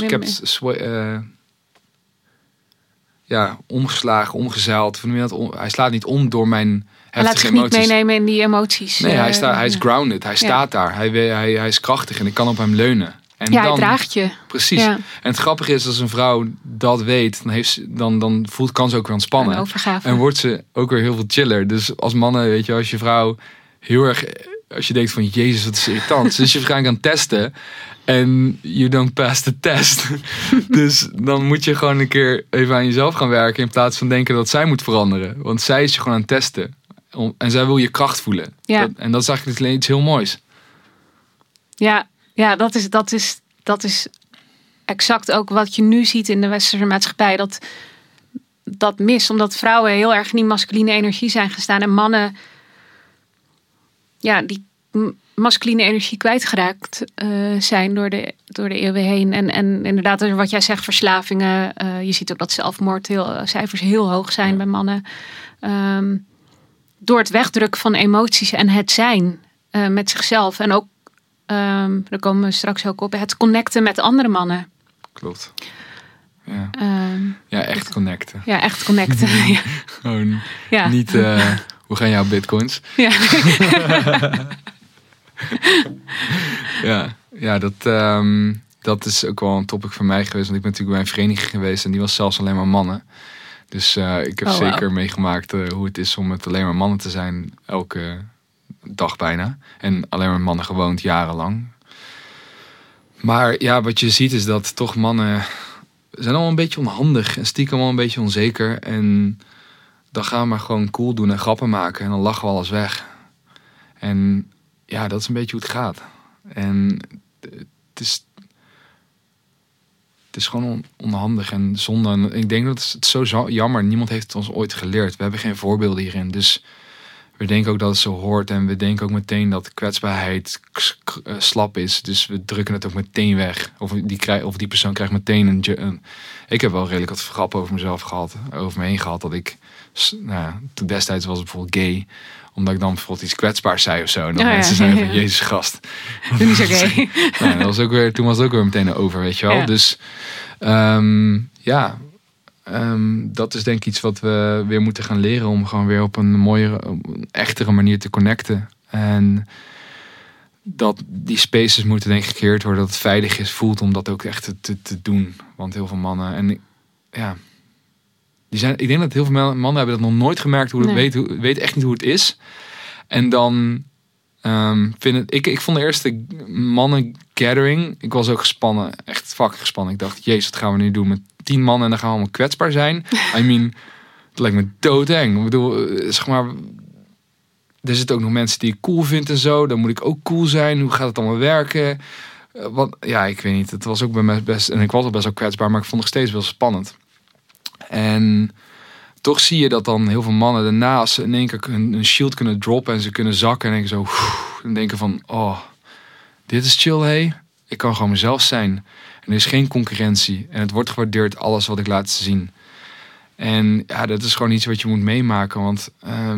omgeslagen, omgezeild. Hij slaat niet om door mijn heftige emoties. Laat zich niet meenemen in die emoties. Nee, hij is grounded. Hij staat daar. Hij is krachtig en ik kan op hem leunen. En hij draagt je. Precies. Ja. En het grappige is, als een vrouw dat weet, dan kan ze ook weer ontspannen. En wordt ze ook weer heel veel chiller. Dus als mannen, weet je, als je vrouw heel erg, als je denkt van, jezus, wat is irritant. Dus je waarschijnlijk aan testen en you don't pass the test. Dus dan moet je gewoon een keer even aan jezelf gaan werken in plaats van denken dat zij moet veranderen. Want zij is je gewoon aan het testen. En zij wil je kracht voelen. Ja. En dat is eigenlijk iets heel moois. Ja, dat is exact ook wat je nu ziet in de westerse maatschappij. Dat mis, omdat vrouwen heel erg in die masculine energie zijn gestaan. En mannen, die masculine energie kwijtgeraakt zijn door de eeuwen heen. En inderdaad, wat jij zegt, verslavingen. Je ziet ook dat zelfmoordcijfers heel hoog zijn bij mannen. Door het wegdrukken van emoties en het zijn met zichzelf. En ook, daar komen we straks ook op, het connecten met andere mannen. Klopt. Ja, echt connecten. Ja, echt connecten. Gewoon niet, hoe gaan jouw bitcoins? Ja. Dat is ook wel een topic voor mij geweest. Want ik ben natuurlijk bij een vereniging geweest en die was zelfs alleen maar mannen. Dus ik heb zeker meegemaakt hoe het is om met alleen maar mannen te zijn. Elke dag bijna. En alleen maar mannen gewoond jarenlang. Maar ja, wat je ziet is dat toch mannen zijn allemaal een beetje onhandig. En stiekem allemaal een beetje onzeker. En dan gaan we maar gewoon cool doen en grappen maken. En dan lachen we alles weg. En ja, dat is een beetje hoe het gaat. En het is gewoon onhandig en zonde. En ik denk dat het zo jammer. Niemand heeft het ons ooit geleerd. We hebben geen voorbeelden hierin. Dus we denken ook dat het zo hoort. En we denken ook meteen dat kwetsbaarheid slap is. Dus we drukken het ook meteen weg. Of die persoon krijgt meteen een... Ik heb wel redelijk wat grappen over mezelf gehad. Over me heen gehad. Dat ik... toen destijds was het bijvoorbeeld gay. Omdat ik dan bijvoorbeeld iets kwetsbaars zei of zo. En dan mensen zeiden van, Jezus gast. Toen is oké. Toen was het ook weer meteen over, weet je wel. Ja. Dus dat is denk ik iets wat we weer moeten gaan leren. Om gewoon weer op een mooiere, echtere manier te connecten. En dat die spaces moeten denk ik gecreëerd worden. Dat het veilig voelt om dat ook echt te doen. Want heel veel mannen... En ja... Ik denk dat heel veel mannen hebben dat nog nooit gemerkt. Weet echt niet hoe het is. En dan ik vond de eerste mannen gathering. Ik was ook gespannen. Echt fucking gespannen. Ik dacht, jezus, wat gaan we nu doen met 10 mannen en dan gaan we allemaal kwetsbaar zijn. I mean, het lijkt me doodeng. Ik bedoel, zeg maar, er zitten ook nog mensen die ik cool vind en zo. Dan moet ik ook cool zijn. Hoe gaat het allemaal werken? Ik weet niet. Het was ook bij mij best... En ik was al best wel kwetsbaar, maar ik vond het nog steeds wel spannend. En toch zie je dat dan heel veel mannen daarnaast in één keer een shield kunnen droppen en ze kunnen zakken en denken zo, en denken van, oh, dit is chill, hé. Ik kan gewoon mezelf zijn. En er is geen concurrentie. En het wordt gewaardeerd, alles wat ik laat zien. En ja, dat is gewoon iets wat je moet meemaken. Want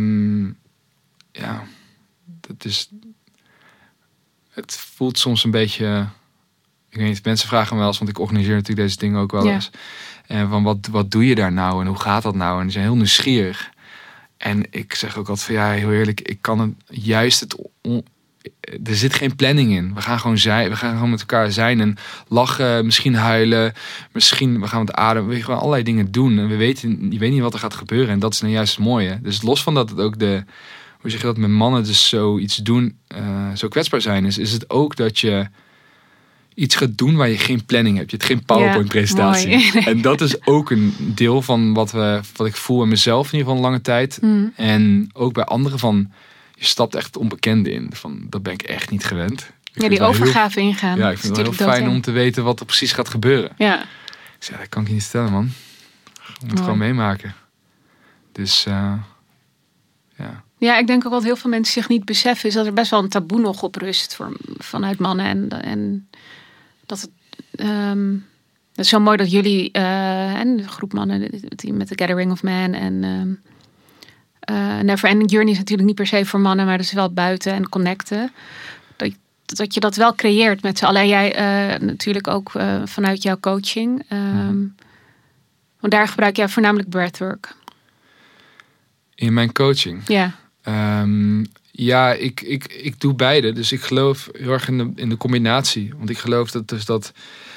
dat is... Het voelt soms een beetje... Ik weet niet, mensen vragen me wel eens, want ik organiseer natuurlijk deze dingen ook wel eens. En van wat doe je daar nou en hoe gaat dat nou? En die zijn heel nieuwsgierig. En ik zeg ook altijd van heel eerlijk, ik kan het juist er zit geen planning in. We gaan gewoon zijn. We gaan gewoon met elkaar zijn en lachen, misschien huilen, misschien we gaan met adem, we gaan allerlei dingen doen en je weet niet wat er gaat gebeuren en dat is nou juist het mooie. Dus los van dat het ook hoe zeg je dat, met mannen dus zoiets doen, zo kwetsbaar zijn is het ook dat je iets gaat doen waar je geen planning hebt. Je hebt geen PowerPoint-presentatie. Ja, en dat is ook een deel van wat ik voel in mezelf in ieder geval een lange tijd. En ook bij anderen van, je stapt echt het onbekende in. Van, dat ben ik echt niet gewend. Die overgave ingaan. Ja, ik vind het wel heel fijn om te weten wat er precies gaat gebeuren. Ja. Ik zeg, dat kan ik je niet stellen, man. Je moet het gewoon meemaken. Dus, ja. Ja, ik denk ook wat heel veel mensen zich niet beseffen is dat er best wel een taboe nog op rust vanuit mannen. En dat het... het is zo mooi dat jullie en de groep mannen, het team met The Gathering of Man en Never Ending Journey is natuurlijk niet per se voor mannen, maar dat is wel buiten en connecten. Dat je dat wel creëert met z'n allen. En jij natuurlijk ook vanuit jouw coaching. Want daar gebruik jij voornamelijk breathwork. In mijn coaching? Ja. Ja, ik doe beide. Dus ik geloof heel erg in de combinatie. Want ik geloof dat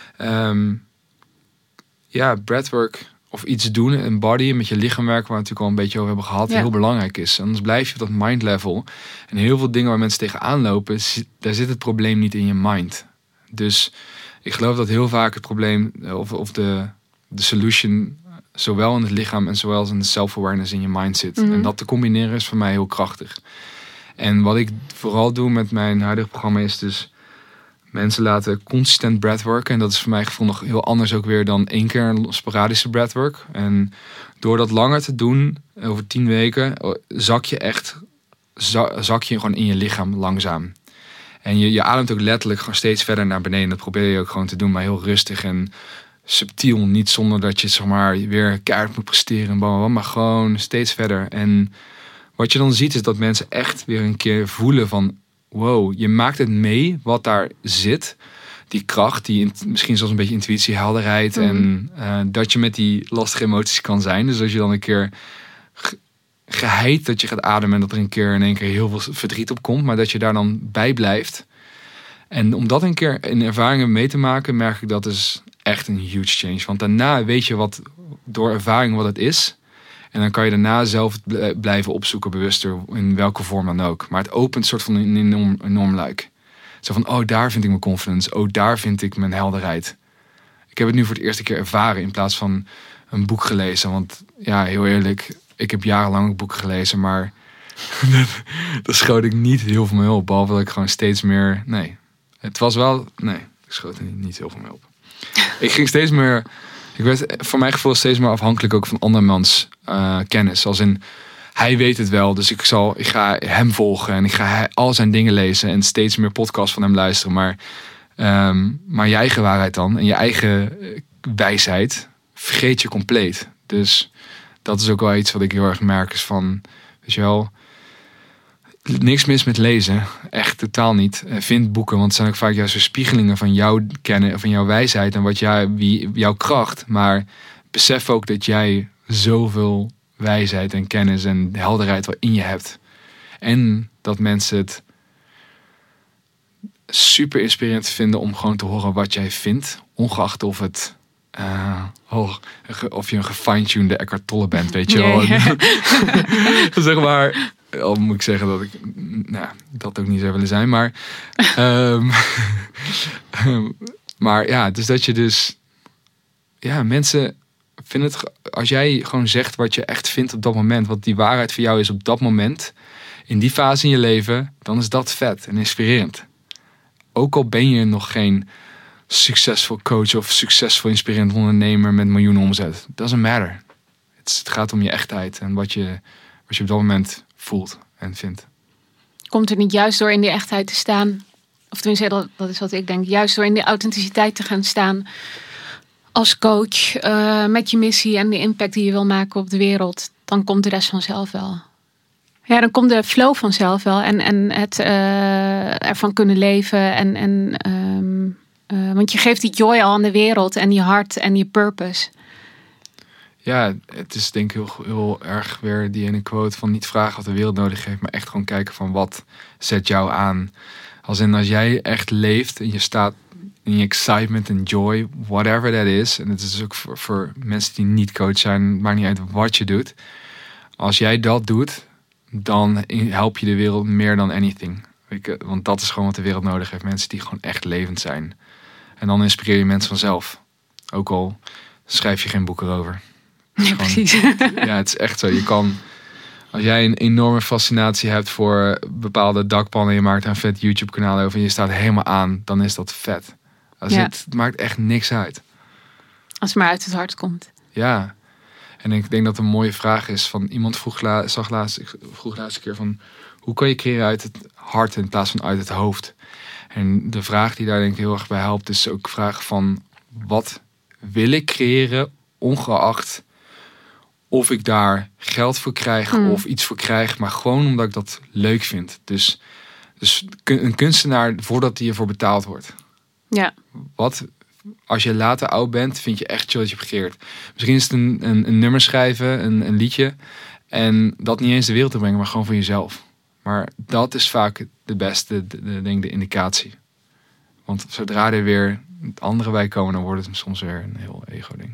breathwork of iets doen, een body, met je lichaam werken, waar we natuurlijk al een beetje over hebben gehad, heel belangrijk is. Anders blijf je op dat mind level. En heel veel dingen waar mensen tegenaan lopen, daar zit het probleem niet in je mind. Dus ik geloof dat heel vaak het probleem of de solution zowel in het lichaam en zowel als in de self-awareness in je mind zit. En dat te combineren is voor mij heel krachtig. En wat ik vooral doe met mijn huidige programma is dus mensen laten consistent breathworken. En dat is voor mijn gevoel nog heel anders ook weer dan 1 keer een sporadische breathwork. En door dat langer te doen, over 10 weken, zak je gewoon in je lichaam langzaam. En je ademt ook letterlijk gewoon steeds verder naar beneden. Dat probeer je ook gewoon te doen, maar heel rustig en subtiel. Niet zonder dat je zeg maar weer keihard moet presteren, maar gewoon steeds verder. En wat je dan ziet is dat mensen echt weer een keer voelen van, wow, je maakt het mee wat daar zit. Die kracht, misschien zelfs een beetje intuïtie, helderheid. En dat je met die lastige emoties kan zijn. Dus als je dan een keer geheid dat je gaat ademen en dat er een keer in één keer heel veel verdriet op komt, maar dat je daar dan bij blijft. En om dat een keer in ervaringen mee te maken, merk ik dat is echt een huge change. Want daarna weet je door ervaring wat het is. En dan kan je daarna zelf blijven opzoeken, bewuster, in welke vorm dan ook. Maar het opent een soort van een enorm luik. Zo van, oh, daar vind ik mijn confidence. Oh, daar vind ik mijn helderheid. Ik heb het nu voor het eerste keer ervaren in plaats van een boek gelezen. Want ja, heel eerlijk, ik heb jarenlang ook boeken gelezen, maar daar schoot ik niet heel veel mee op. Behalve dat ik gewoon steeds meer, ik schoot er niet heel veel mee op. Ik ging steeds meer, ik werd voor mijn gevoel steeds meer afhankelijk ook van andermans kennis. Als in, hij weet het wel, dus ik ga hem volgen en ik ga al zijn dingen lezen en steeds meer podcasts van hem luisteren. Maar je eigen waarheid dan en je eigen wijsheid vergeet je compleet. Dus dat is ook wel iets wat ik heel erg merk is van, weet je wel, niks mis met lezen. Echt totaal niet. Vind boeken, want het zijn ook vaak juist weerspiegelingen van jouw kennen, van jouw wijsheid en jouw kracht. Maar besef ook dat jij zoveel wijsheid en kennis en helderheid wel in je hebt. En dat mensen het super inspirerend vinden om gewoon te horen wat jij vindt. Ongeacht of het of je een gefine-tuned Eckhart Tolle bent, weet je wel. Ja. Zeg maar, al moet ik zeggen dat ik dat ook niet zou willen zijn, maar maar ja, dus dat je dus mensen vinden het, als jij gewoon zegt wat je echt vindt op dat moment, wat die waarheid voor jou is op dat moment, in die fase in je leven, dan is dat vet en inspirerend. Ook al ben je nog geen succesvol coach of succesvol inspirerend ondernemer met miljoenen omzet. Doesn't matter. Het gaat om je echtheid en wat je op dat moment voelt en vindt. Komt het niet juist door in die echtheid te staan, of tenminste dat is wat ik denk, juist door in die authenticiteit te gaan staan als coach, met je missie en de impact die je wil maken op de wereld, dan komt de rest vanzelf wel. Ja, dan komt de flow vanzelf wel en het ervan kunnen leven want je geeft die joy al aan de wereld en je hart en je purpose. Ja, het is denk ik heel erg weer die ene quote van niet vragen wat de wereld nodig heeft, maar echt gewoon kijken van wat zet jou aan. Als jij echt leeft en je staat in je excitement en joy, whatever that is. En het is dus ook voor mensen die niet coach zijn, het maakt niet uit wat je doet. Als jij dat doet, dan help je de wereld meer dan anything. Want dat is gewoon wat de wereld nodig heeft. Mensen die gewoon echt levend zijn. En dan inspireer je mensen vanzelf. Ook al schrijf je geen boek erover. Ja, precies. Ja, het is echt zo. Je kan, als jij een enorme fascinatie hebt voor bepaalde dakpannen en je maakt een vet YouTube kanaal over en je staat helemaal aan, dan is dat vet. Het maakt echt niks uit. Als het maar uit het hart komt. Ja. En ik denk dat een mooie vraag is van iemand vroeg laatste keer van hoe kan je creëren uit het hart in plaats van uit het hoofd? En de vraag die daar denk ik heel erg bij helpt is ook de vraag van wat wil ik creëren ongeacht of ik daar geld voor krijg of iets voor krijg, maar gewoon omdat ik dat leuk vind. Dus een kunstenaar voordat hij ervoor betaald wordt. Ja. Wat als je later oud bent, vind je echt chill dat je hebt gecreëerd. Misschien is het een nummer schrijven, een liedje. En dat niet eens de wereld te brengen, maar gewoon voor jezelf. Maar dat is vaak de beste, de indicatie. Want zodra er weer andere bij komen, dan wordt het soms weer een heel ego-ding.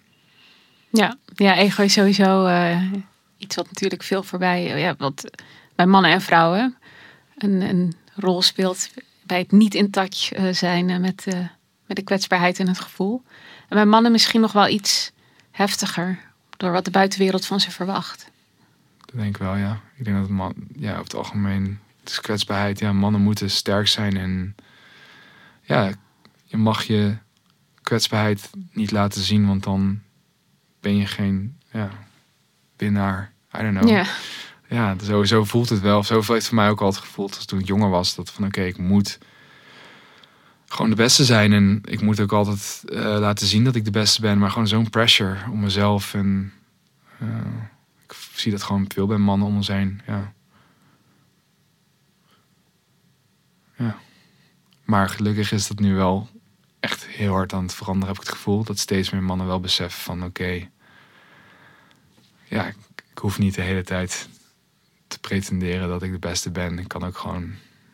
Ja, ego is sowieso iets wat natuurlijk veel voorbij, wat bij mannen en vrouwen een rol speelt bij het niet in touch zijn met de kwetsbaarheid en het gevoel. En bij mannen misschien nog wel iets heftiger door wat de buitenwereld van ze verwacht. Dat denk ik wel, ja. Ik denk dat over het algemeen, het is kwetsbaarheid. Ja, mannen moeten sterk zijn en ja, je mag je kwetsbaarheid niet laten zien, want dan ben je geen winnaar. I don't know. Ja. Ja, zo voelt het wel. Zo heeft het voor mij ook altijd gevoeld als toen ik jonger was. Dat van oké, ik moet gewoon de beste zijn. En ik moet ook altijd laten zien dat ik de beste ben. Maar gewoon zo'n pressure om mezelf. En ik zie dat gewoon veel bij mannen om ons heen. Ja. Maar gelukkig is dat nu wel echt heel hard aan het veranderen, heb ik het gevoel. Dat steeds meer mannen wel beseffen van oké, ik hoef niet de hele tijd te pretenderen dat ik de beste ben. Ik kan ook gewoon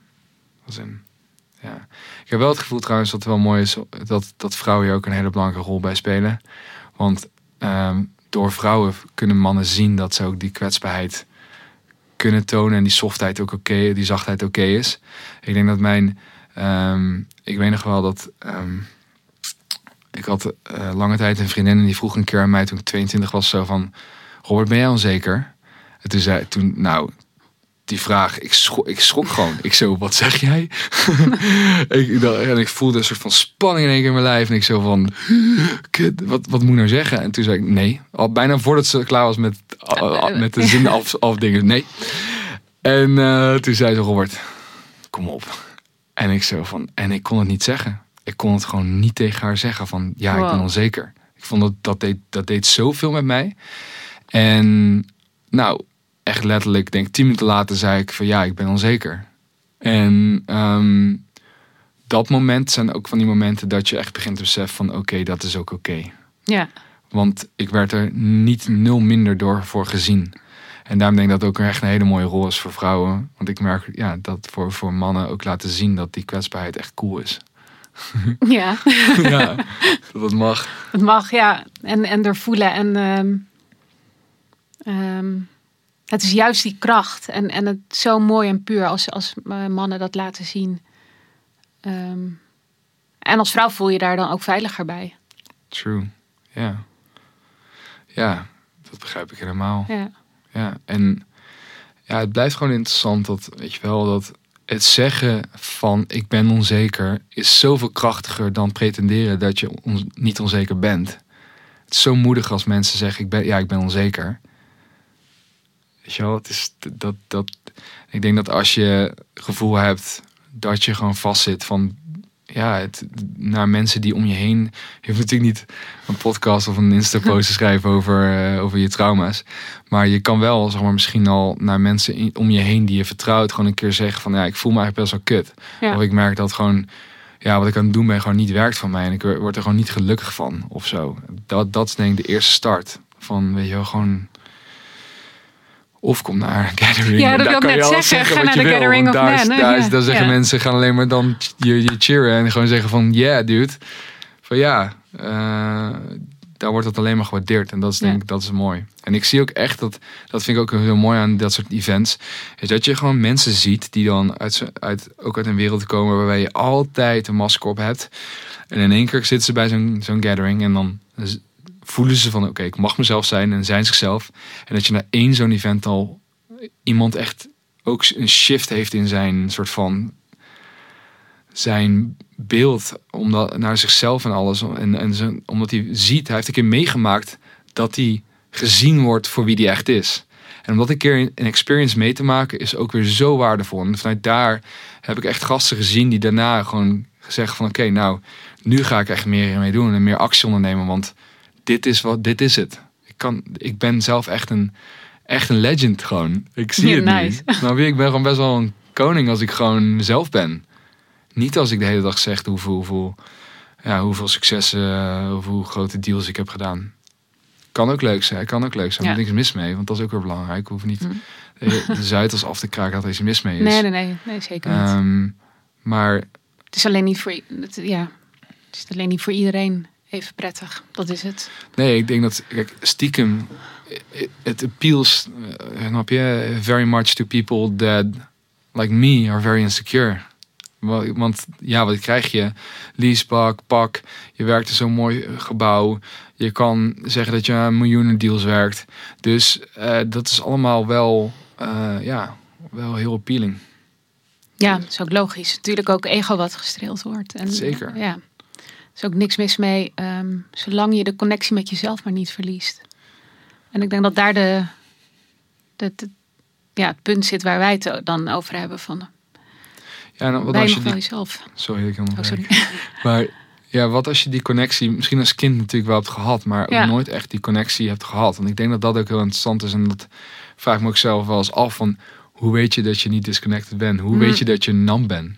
Ik heb wel het gevoel trouwens dat het wel mooi is dat vrouwen hier ook een hele belangrijke rol bij spelen. Want door vrouwen kunnen mannen zien dat ze ook die kwetsbaarheid kunnen tonen en die softheid ook die zachtheid oké is. Ik denk dat ik weet nog wel dat ik had lange tijd een vriendin en die vroeg een keer aan mij toen ik 22 was zo van Robert, ben jij onzeker? En toen zei die vraag, ik schrok gewoon. Ik zo, wat zeg jij? ik voelde een soort van spanning in één keer in mijn lijf. En ik zo van, kut, wat moet ik nou zeggen? En toen zei ik, nee. Al bijna voordat ze klaar was met de zin afdingen. Nee. En toen zei ze, Robert, kom op. En ik zo van, en ik kon het niet zeggen. Ik kon het gewoon niet tegen haar zeggen van, ik ben onzeker. Ik vond dat deed zoveel met mij. En echt letterlijk, denk 10 minuten later zei ik van ik ben onzeker. En dat moment zijn ook van die momenten dat je echt begint te beseffen van oké, dat is ook oké. Ja. Want ik werd er niet 0 minder voor gezien. En daarom denk ik dat het ook echt een hele mooie rol is voor vrouwen. Want ik merk dat voor mannen ook laten zien dat die kwetsbaarheid echt cool is. Ja. Ja, dat het mag. Het mag, ja. En er voelen en het is juist die kracht. En het is zo mooi en puur als mannen dat laten zien. En als vrouw voel je daar dan ook veiliger bij. True, ja. Ja, dat begrijp ik helemaal. Ja. En het blijft gewoon interessant dat, weet je wel, dat het zeggen van ik ben onzeker is zoveel krachtiger dan pretenderen dat je niet onzeker bent. Het is zo moedig als mensen zeggen ik ben onzeker. Weet je wel, het is dat. Ik denk dat als je het gevoel hebt dat je gewoon vastzit van naar mensen die om je heen. Je hoeft natuurlijk niet een podcast of een Insta-post te schrijven over je trauma's. Maar je kan wel, zeg maar, misschien al naar mensen om je heen die je vertrouwt gewoon een keer zeggen van ik voel me eigenlijk best wel kut. Ja. Of ik merk dat gewoon wat ik aan het doen ben gewoon niet werkt van mij en ik word er gewoon niet gelukkig van of zo. Dat is denk ik de eerste start. Van, weet je wel, gewoon... Of kom naar een gathering. Ja, dat wil ik kan net je alles zeggen. Ga wat naar je de wil, gathering want of daar, men. daar zeggen mensen, gaan alleen maar dan je cheeren. En gewoon zeggen van, yeah, dude. Van ja, daar wordt het alleen maar gewaardeerd. En dat is denk ik, dat is mooi. En ik zie ook echt, dat vind ik ook heel mooi aan dat soort events. Is dat je gewoon mensen ziet die dan ook uit een wereld komen waarbij je altijd een masker op hebt. En in één keer zitten ze bij zo'n gathering en dan voelen ze van oké, ik mag mezelf zijn en zijn zichzelf. En dat je na één zo'n event al iemand echt ook een shift heeft in zijn soort van zijn beeld naar zichzelf en alles. Omdat hij ziet, hij heeft een keer meegemaakt dat hij gezien wordt voor wie hij echt is. En om dat een keer een experience mee te maken is ook weer zo waardevol. En vanuit daar heb ik echt gasten gezien die daarna gewoon zeggen van oké, nou, nu ga ik echt meer mee doen en meer actie ondernemen, want dit is het. Ik ben zelf echt een legend gewoon. Ik zie het nice. nu. Nou, ik ben gewoon best wel een koning als ik gewoon mezelf ben. Niet als ik de hele dag zeg hoeveel successen, hoeveel grote deals ik heb gedaan. Kan ook leuk zijn. Er is niks mis mee, want dat is ook weer belangrijk. Ik hoef niet de Zuidas af te kraken dat er iets mis mee is. Nee, zeker niet. Maar het is alleen niet voor het is alleen niet voor iedereen even prettig. Dat is het. Nee, ik denk dat stiekem it appeals, snap je, very much to people that like me are very insecure. Want ja, wat krijg je? Leasepak, je werkt in zo'n mooi gebouw. Je kan zeggen dat je aan miljoenen deals werkt. Dus dat is allemaal wel heel appealing. Ja, dat is ook logisch. Natuurlijk ook ego wat gestreeld wordt. En, zeker. Ja, er is ook niks mis mee. Zolang je de connectie met jezelf maar niet verliest. En ik denk dat daar het punt zit waar wij het dan over hebben van... Ja, wat bij als nog je wel jezelf. Sorry, ik helemaal sorry. Maar ja, wat als je die connectie misschien als kind natuurlijk wel hebt gehad, maar ook nooit echt die connectie hebt gehad. Want ik denk dat dat ook heel interessant is en dat vraag ik me ook zelf wel eens af van hoe weet je dat je niet disconnected bent? Hoe weet je dat je nam bent?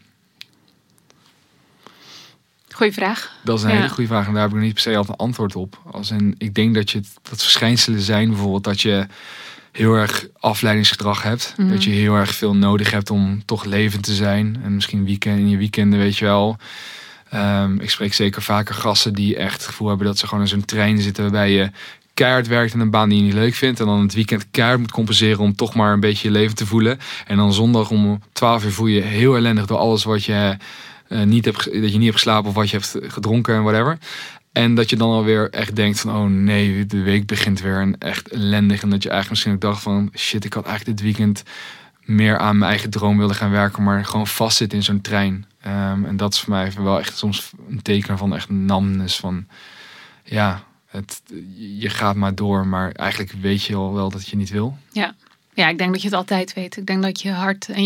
Goeie vraag. Dat is een hele goede vraag en daar heb ik niet per se altijd een antwoord op. Ik denk dat dat verschijnselen zijn bijvoorbeeld dat je heel erg afleidingsgedrag hebt. Dat je heel erg veel nodig hebt om toch levend te zijn. En misschien in je weekenden, weet je wel. Ik spreek zeker vaker gasten die echt het gevoel hebben dat ze gewoon in zo'n trein zitten waarbij je keihard werkt in een baan die je niet leuk vindt. En dan het weekend keihard moet compenseren om toch maar een beetje je leven te voelen. En dan zondag om 12 uur voel je heel ellendig door alles wat je niet hebt geslapen of wat je hebt gedronken en whatever. En dat je dan alweer echt denkt van oh nee, de week begint weer en echt ellendig. En dat je eigenlijk misschien ook dacht van shit, ik had eigenlijk dit weekend meer aan mijn eigen droom willen gaan werken, maar gewoon vastzitten in zo'n trein. En dat is voor mij wel echt soms een teken van echt namnis van ja, je gaat maar door, maar eigenlijk weet je al wel dat je niet wil. Ja, ik denk dat je het altijd weet. Ik denk dat je hart en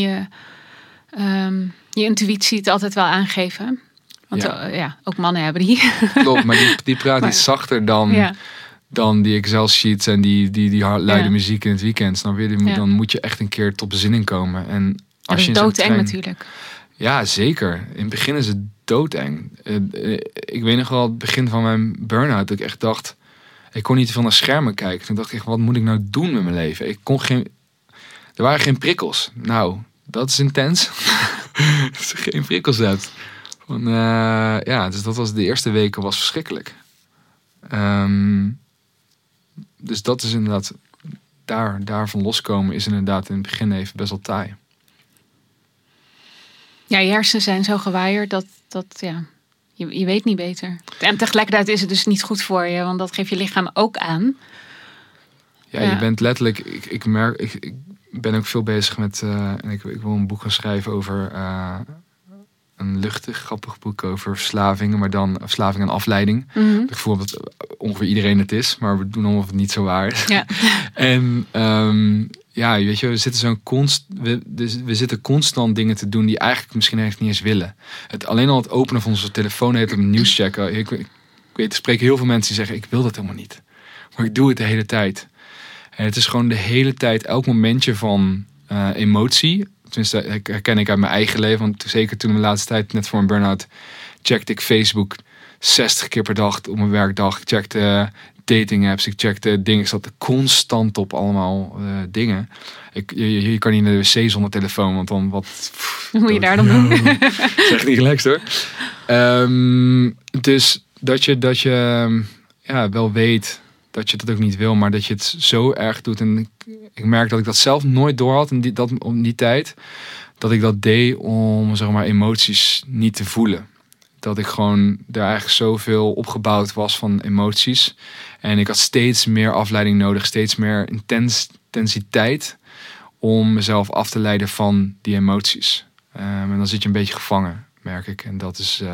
je intuïtie het altijd wel aangeven. Want ook mannen hebben die. Klopt, maar die praat iets zachter dan die Excel sheets en die luide muziek in het weekend. Snap je? Dan moet je echt een keer tot bezinning komen. En als dat is doodeng natuurlijk. Ja, zeker. In het begin is het doodeng. Ik weet nog wel het begin van mijn burn-out dat ik echt dacht, ik kon niet te veel naar schermen kijken. Toen dacht ik, wat moet ik nou doen met mijn leven? Er waren geen prikkels. Nou, dat is intens. Als je geen prikkels hebt. Dus dat was de eerste weken was verschrikkelijk. Dus dat is inderdaad daarvan loskomen is inderdaad in het begin even best wel taai. Ja, je hersenen zijn zo gewaaid dat je weet niet beter. En tegelijkertijd is het dus niet goed voor je, want dat geeft je lichaam ook aan. Ja, je bent letterlijk. Ik ben ook veel bezig met. En ik wil een boek gaan schrijven over. Een luchtig, grappig boek over verslavingen, maar dan verslaving en afleiding. Ik voel dat ongeveer iedereen het is, maar we doen allemaal of het niet zo waar is. Ja. En weet je, we zitten constant dingen te doen die eigenlijk misschien niet eens willen. Alleen al het openen van onze telefoon heet op nieuws checken. Ik weet, er spreken heel veel mensen die zeggen, ik wil dat helemaal niet. Maar ik doe het de hele tijd. En het is gewoon de hele tijd, elk momentje van emotie. Tenminste, herken ik uit mijn eigen leven. Want zeker toen in de laatste tijd, net voor een burn-out, checkte ik Facebook 60 keer per dag op mijn werkdag. Ik checkte dating apps, ik checkte dingen. Ik zat constant op allemaal dingen. Je kan niet naar de wc zonder telefoon, want dan wat... Hoe moet je daar dan doen? Dat is echt niet relaxed hoor. Dus dat je wel weet dat je dat ook niet wil, maar dat je het zo erg doet. En ik merk dat ik dat zelf nooit door had om die tijd. Dat ik dat deed om, zeg maar, emoties niet te voelen. Dat ik gewoon er eigenlijk zoveel opgebouwd was van emoties. En ik had steeds meer afleiding nodig, steeds meer intensiteit om mezelf af te leiden van die emoties. En dan zit je een beetje gevangen, merk ik. En dat is,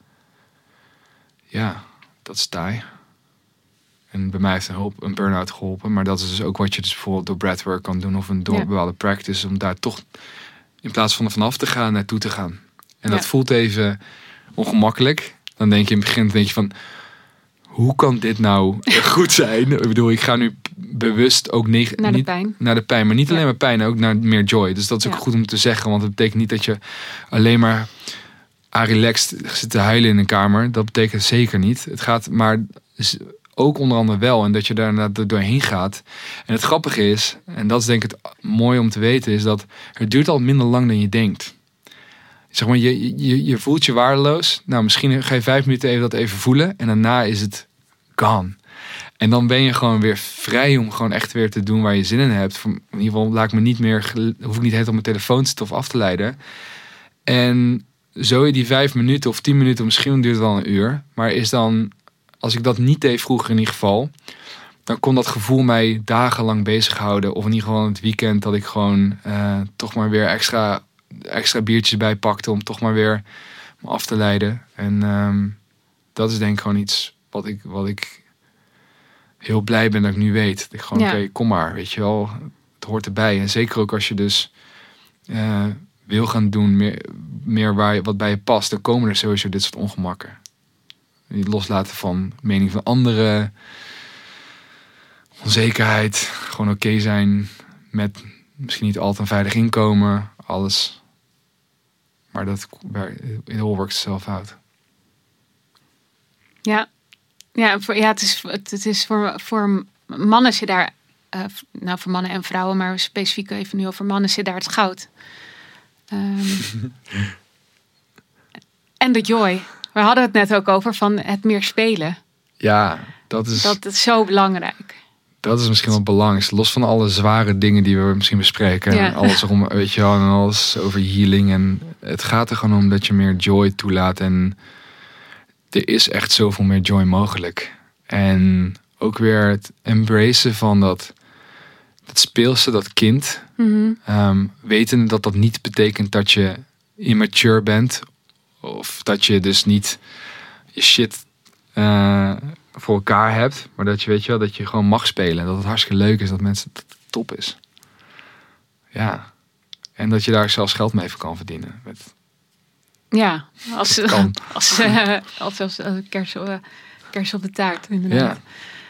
dat is taai. En bij mij heeft een burn-out geholpen. Maar dat is dus ook wat je dus bijvoorbeeld door breathwork kan doen. Of door bepaalde practice. Om daar toch in plaats van er vanaf te gaan, naartoe te gaan. En dat voelt even ongemakkelijk. Dan denk je in het begin van... Hoe kan dit nou goed zijn? Ik bedoel, ik ga nu bewust ook naar de pijn. Maar niet alleen maar pijn, ook naar meer joy. Dus dat is ook goed om te zeggen. Want het betekent niet dat je alleen maar relaxed zit te huilen in een kamer. Dat betekent zeker niet. Het gaat maar ook onder andere wel. En dat je daar doorheen gaat. En het grappige is, en dat is denk ik het mooi om te weten, is dat het duurt al minder lang dan je denkt. Zeg maar, je voelt je waardeloos. Nou, misschien ga je 5 minuten dat even voelen. En daarna is het gone. En dan ben je gewoon weer vrij om gewoon echt weer te doen waar je zin in hebt. In ieder geval hoef ik niet helemaal op mijn telefoon te zitten of af te leiden. En zo je die 5 minuten of 10 minuten, misschien duurt het wel een uur. Maar is dan, als ik dat niet deed vroeger in ieder geval, dan kon dat gevoel mij dagenlang bezighouden. Of in ieder geval in het weekend dat ik gewoon toch maar weer extra biertjes bijpakte om toch maar weer me af te leiden. En dat is denk ik gewoon iets wat ik heel blij ben dat ik nu weet. Dat ik gewoon, oké, kom maar, weet je wel. Het hoort erbij. En zeker ook als je dus wil gaan doen, meer wat bij je past, dan komen er sowieso dit soort ongemakken. Niet loslaten van mening van anderen, onzekerheid, gewoon oké zijn met misschien niet altijd een veilig inkomen, alles. Maar it all works itself out. Ja. Het is voor mannen zit daar, voor mannen en vrouwen, maar specifiek even nu over mannen zit daar het goud. En de joy. We hadden het net ook over van het meer spelen. Ja, dat is zo belangrijk. Dat is misschien wel het belangrijkste. Los van alle zware dingen die we misschien bespreken. Ja. En alles erom, weet je wel, en alles over healing. En het gaat er gewoon om dat je meer joy toelaat. En er is echt zoveel meer joy mogelijk. En ook weer het embracen van dat speelse, dat kind. Mm-hmm. Wetende dat niet betekent dat je immature bent. Of dat je dus niet je shit voor elkaar hebt. Maar dat je, weet je wel, dat je gewoon mag spelen. Dat het hartstikke leuk is, dat mensen dat het top is. Ja. En dat je daar zelfs geld mee kan verdienen. Ja, als kers op de taart, inderdaad.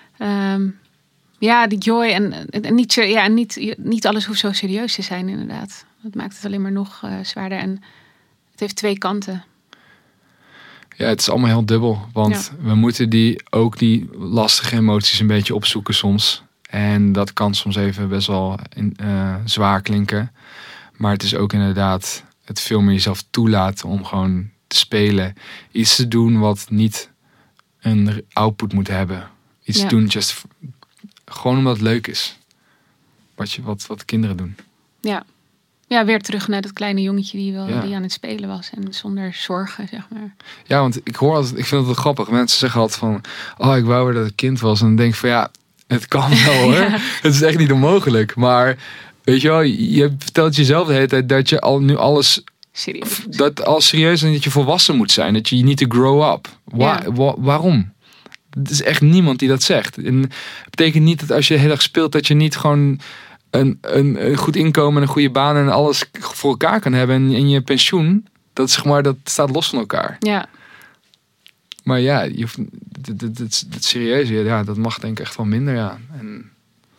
Ja. Die joy en niet alles hoeft zo serieus te zijn, inderdaad. Dat maakt het alleen maar nog zwaarder. En het heeft 2 kanten. Ja, het is allemaal heel dubbel. Want we moeten die lastige emoties een beetje opzoeken soms. En dat kan soms even best wel zwaar klinken. Maar het is ook inderdaad het veel meer jezelf toelaten om gewoon te spelen. Iets te doen wat niet een output moet hebben. Iets te doen gewoon omdat het leuk is. Wat kinderen doen. Ja. Ja, weer terug naar dat kleine jongetje die aan het spelen was. En zonder zorgen, zeg maar. Ja, want ik vind het wel grappig. Mensen zeggen altijd van, ik wou weer dat ik kind was. En dan denk ik van, het kan wel hoor. Het is echt niet onmogelijk. Maar weet je wel, je vertelt jezelf de hele tijd dat je nu alles serieus. Dat alles serieus en dat je volwassen moet zijn. Dat je need to grow up. Waarom? Er is echt niemand die dat zegt. En het betekent niet dat als je heel erg speelt, dat je niet gewoon een goed inkomen en een goede baan en alles voor elkaar kan hebben. En je pensioen, dat staat los van elkaar. Ja. Maar ja, het serieuze, dat mag denk ik echt wel minder. Ja. En,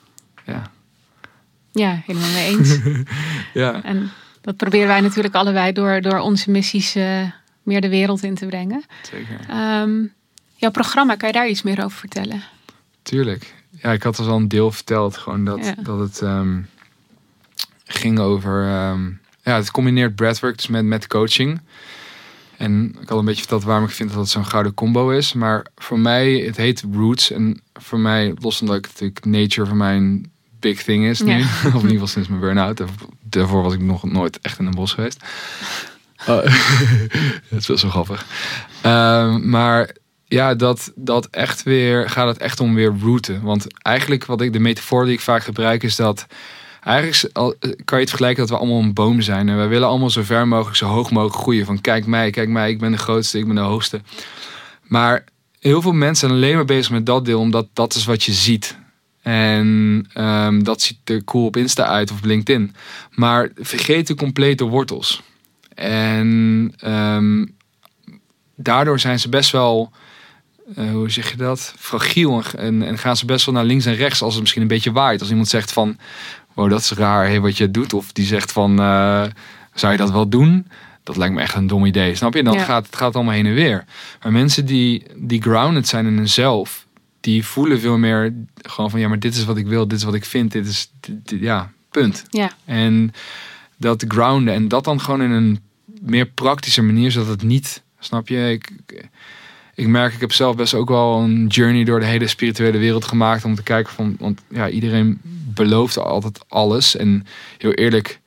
ja, helemaal mee eens. Ja. En dat proberen wij natuurlijk allebei door onze missies meer de wereld in te brengen. Zeker. Jouw programma, kan je daar iets meer over vertellen? tuurlijk. Ja, ik had dus al een deel verteld. Gewoon dat het ging over... het combineert breathwork dus met coaching. En ik had een beetje verteld waarom ik vind dat het zo'n gouden combo is. Maar voor mij, het heet Roots. En voor mij, los omdat natuurlijk nature voor mij een big thing is nu. Of in ieder geval sinds mijn burn-out. Daarvoor was ik nog nooit echt in een bos geweest. Dat is best wel grappig. Maar ja, dat echt weer, gaat het echt om weer rooten. Want eigenlijk de metafoor die ik vaak gebruik is dat... Eigenlijk kan je het vergelijken dat we allemaal een boom zijn. En wij willen allemaal zo ver mogelijk, zo hoog mogelijk groeien. Van kijk mij, ik ben de grootste, ik ben de hoogste. Maar heel veel mensen zijn alleen maar bezig met dat deel, omdat dat is wat je ziet. En dat ziet er cool op Insta uit of op LinkedIn. Maar vergeet de complete wortels. En daardoor zijn ze best wel... hoe zeg je dat? Fragiel. En gaan ze best wel naar links en rechts als het misschien een beetje waait. Als iemand zegt van... Wow, dat is raar wat je doet. Of die zegt van... zou je dat wel doen? Dat lijkt me echt een dom idee. Snap je? Dan gaat het allemaal heen en weer. Maar mensen die grounded zijn in hunzelf... die voelen veel meer gewoon van... ja, maar dit is wat ik wil. Dit is wat ik vind. Dit is... punt. Ja. En dat grounden. En dat dan gewoon in een meer praktische manier... zodat het niet... Snap je? Ik merk, ik heb zelf best ook wel een journey door de hele spirituele wereld gemaakt om te kijken van, want ja, iedereen belooft altijd alles. En heel eerlijk,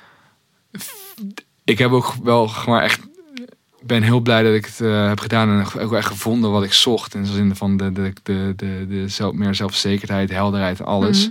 ik heb ook wel gewoon echt, ben heel blij dat ik het heb gedaan en ook echt gevonden wat ik zocht. In de zin van meer zelfverzekerdheid, helderheid en alles.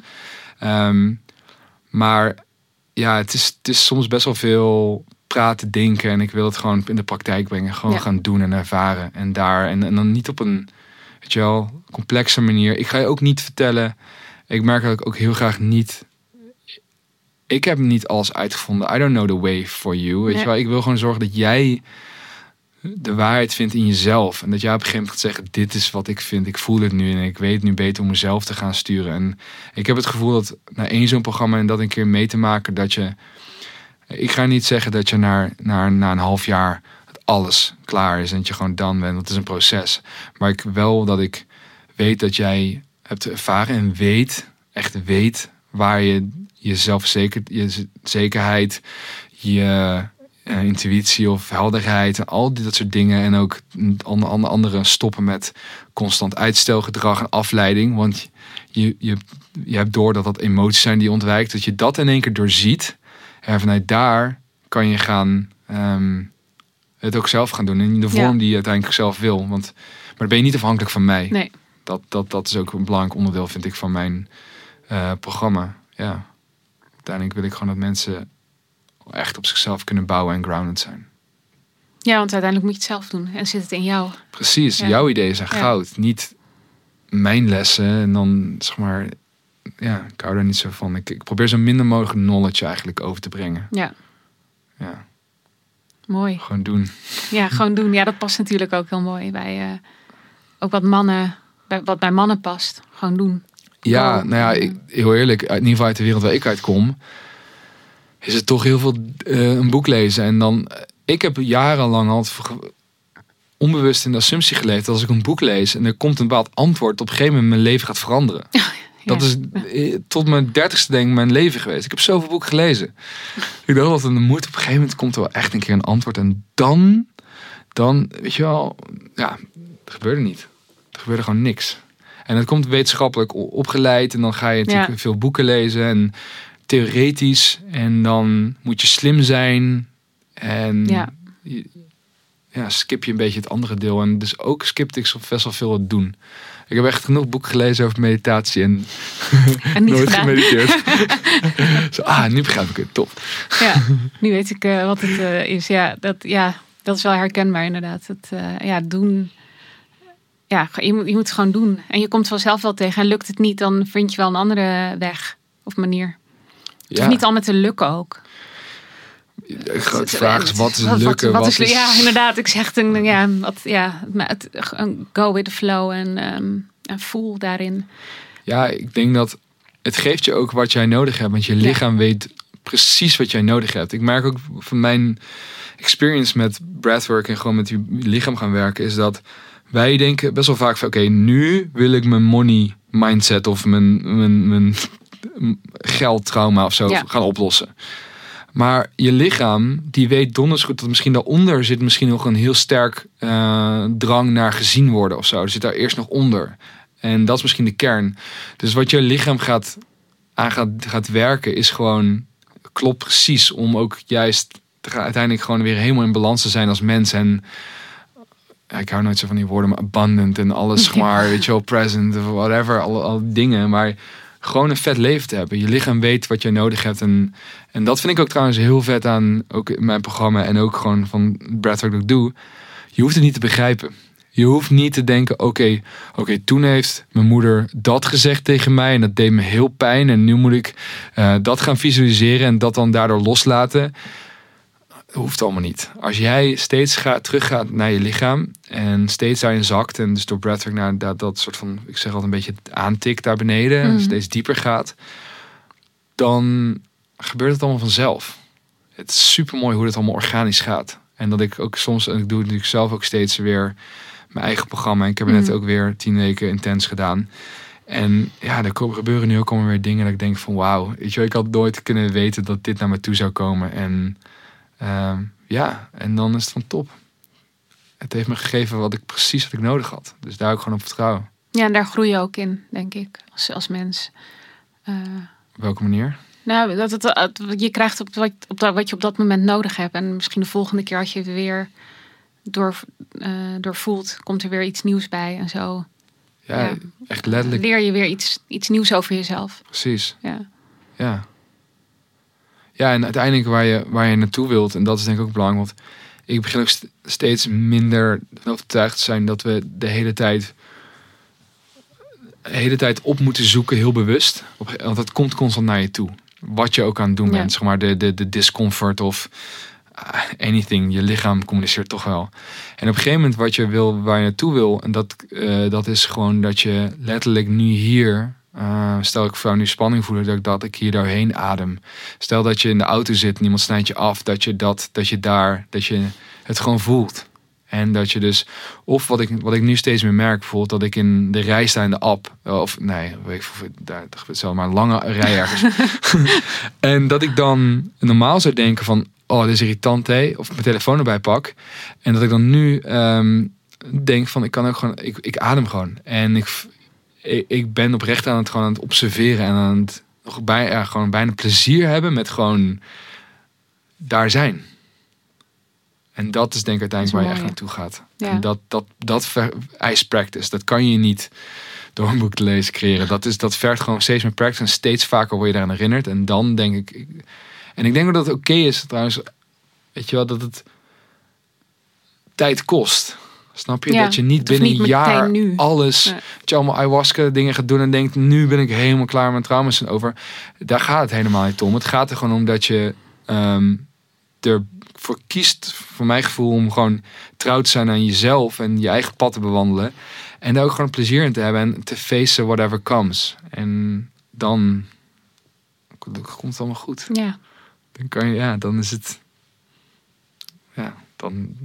Maar ja, het is soms best wel veel praten, denken en ik wil het gewoon in de praktijk brengen. Gewoon gaan doen en ervaren. En dan niet op een, weet je wel, complexe manier. Ik ga je ook niet vertellen, ik merk dat ik ook heel graag niet... Ik heb niet alles uitgevonden. I don't know the way for you. Weet je wel? Ik wil gewoon zorgen dat jij de waarheid vindt in jezelf. En dat jij op een gegeven moment gaat zeggen, dit is wat ik vind. Ik voel het nu en ik weet nu beter om mezelf te gaan sturen. En ik heb het gevoel dat na één zo'n programma en dat een keer mee te maken, dat je... Ik ga niet zeggen dat je na een half jaar alles klaar is en dat je gewoon dan bent. Dat is een proces. Maar ik weet dat jij hebt ervaren en echt weet waar je zekerheid, je intuïtie of helderheid en al dat soort dingen. En ook andere stoppen met constant uitstelgedrag en afleiding. Want je hebt door dat emoties zijn die je ontwijkt. Dat je dat in één keer doorziet. En vanuit daar kan je gaan het ook zelf gaan doen. In de vorm die je uiteindelijk zelf wil. Maar dan ben je niet afhankelijk van mij. Nee. Dat is ook een belangrijk onderdeel, vind ik, van mijn programma. Ja. Uiteindelijk wil ik gewoon dat mensen echt op zichzelf kunnen bouwen en grounded zijn. Ja, want uiteindelijk moet je het zelf doen. En zit het in jou. Precies. Ja. Jouw ideeën zijn goud. Niet mijn lessen. En dan, zeg maar... Ja, ik hou daar niet zo van. Ik probeer zo minder mogelijk knowledge eigenlijk over te brengen. Ja. Mooi. Gewoon doen. Ja, gewoon doen. Ja, dat past natuurlijk ook heel mooi bij ook wat bij mannen past. Gewoon doen. Ja, nou ja, heel eerlijk, in ieder geval uit de wereld waar ik uitkom, is het toch heel veel een boek lezen. En dan, ik heb jarenlang al onbewust in de assumptie geleefd dat als ik een boek lees en er komt een bepaald antwoord, op een gegeven moment mijn leven gaat veranderen. Dat is tot mijn 30ste denk ik mijn leven geweest. Ik heb zoveel boeken gelezen. Ik dacht altijd, op een gegeven moment komt er wel echt een keer een antwoord. En dan weet je wel, ja, het gebeurde niet. Er gebeurde gewoon niks. En het komt wetenschappelijk opgeleid. En dan ga je natuurlijk veel boeken lezen. En theoretisch. En dan moet je slim zijn. En skip je een beetje het andere deel. En dus ook skipte ik best wel veel het doen. Ik heb echt genoeg boeken gelezen over meditatie en nooit gemediteerd. Nu begrijp ik het, top. Ja, nu weet ik wat het is. Ja, dat is wel herkenbaar inderdaad. Het doen. Ja, je moet het gewoon doen. En je komt vanzelf wel tegen. En lukt het niet, dan vind je wel een andere weg of manier. Het hoeft niet al met te lukken ook. De grote vraag is, wat is lukken? Wat is, ja, inderdaad. Ik zeg go with the flow en voel daarin. Ja, ik denk dat het geeft je ook wat jij nodig hebt. Want je lichaam weet precies wat jij nodig hebt. Ik merk ook van mijn experience met breathwork en gewoon met je lichaam gaan werken, is dat wij denken best wel vaak van, oké, nu wil ik mijn money mindset of mijn geldtrauma of zo gaan oplossen. Maar je lichaam, die weet donders goed dat misschien daaronder zit misschien nog een heel sterk drang naar gezien worden of zo. Er zit daar eerst nog onder. En dat is misschien de kern. Dus wat je lichaam gaat werken is gewoon, klopt precies om ook juist uiteindelijk gewoon weer helemaal in balans te zijn als mens. En ik hou nooit zo van die woorden, maar abundant en alles, maar weet je wel, present of whatever, al dingen. Maar gewoon een vet leven te hebben. Je lichaam weet wat je nodig hebt. En dat vind ik ook trouwens heel vet aan ook in mijn programma en ook gewoon van breathwork dat ik doe. Je hoeft het niet te begrijpen. Je hoeft niet te denken, oké, toen heeft mijn moeder dat gezegd tegen mij en dat deed me heel pijn en nu moet ik dat gaan visualiseren en dat dan daardoor loslaten. Dat hoeft allemaal niet. Als jij steeds teruggaat naar je lichaam en steeds daarin zakt en dus door breathwork naar dat soort van, ik zeg altijd een beetje aantik daar beneden, steeds dieper gaat, dan gebeurt het allemaal vanzelf. Het is super mooi hoe het allemaal organisch gaat. En dat ik ook soms, en ik doe het natuurlijk zelf ook steeds weer mijn eigen programma. En ik heb er net ook weer 10 weken intens gedaan. En ja, er gebeuren nu ook allemaal weer dingen dat ik denk van wauw. Weet je, ik had nooit kunnen weten dat dit naar me toe zou komen. En en dan is het van top. Het heeft me gegeven precies wat ik nodig had. Dus daar ook gewoon op vertrouwen. Ja, en daar groei je ook in, denk ik, als mens. Op welke manier? Nou, je krijgt op wat je op dat moment nodig hebt. En misschien de volgende keer als je het weer doorvoelt, komt er weer iets nieuws bij en zo. Ja, echt letterlijk. Leer je weer iets nieuws over jezelf. Precies. Ja. Ja, en uiteindelijk waar je naartoe wilt, en dat is denk ik ook belangrijk, want ik begin ook steeds minder overtuigd te zijn dat we de hele tijd op moeten zoeken, heel bewust. Want het komt constant naar je toe. Wat je ook aan het doen bent, zeg maar de discomfort of anything. Je lichaam communiceert toch wel. En op een gegeven moment wat je wil, waar je naartoe wil, en dat is gewoon dat je letterlijk nu hier, stel ik voor nu spanning voelen, dat ik hier doorheen adem. Stel dat je in de auto zit en iemand snijdt je af, dat je het gewoon voelt. En dat je dus, of wat ik nu steeds meer merk, bijvoorbeeld dat ik in de rij sta in de app, of nee, daar gebeurt zelf maar een lange rij ergens. En dat ik dan normaal zou denken van, oh, dit is irritant, of mijn telefoon erbij pak. En dat ik dan nu denk van, ik kan ook gewoon, ik adem gewoon. En ik ben oprecht aan het observeren en aan het gewoon bijna plezier hebben met gewoon daar zijn. En dat is denk ik uiteindelijk waar je echt naartoe gaat. Ja. En dat vereist practice. Dat kan je niet door een boek te lezen creëren. Dat vergt gewoon steeds meer practice. En steeds vaker word je daaraan herinnerd. En dan denk ik... En ik denk ook dat het oké is trouwens. Weet je wel, dat het tijd kost. Snap je? Ja, dat je niet binnen een jaar alles... Ja. Dat je allemaal ayahuasca dingen gaat doen en denkt, nu ben ik helemaal klaar met mijn trauma's en over. Daar gaat het helemaal niet om. Het gaat er gewoon om dat je ervoor kiest, voor mijn gevoel, om gewoon trouw te zijn aan jezelf en je eigen pad te bewandelen. En daar ook gewoon plezier in te hebben en te facen whatever comes. En dan komt het allemaal goed. Ja. Dan kan je, dan is het... Ja, dan...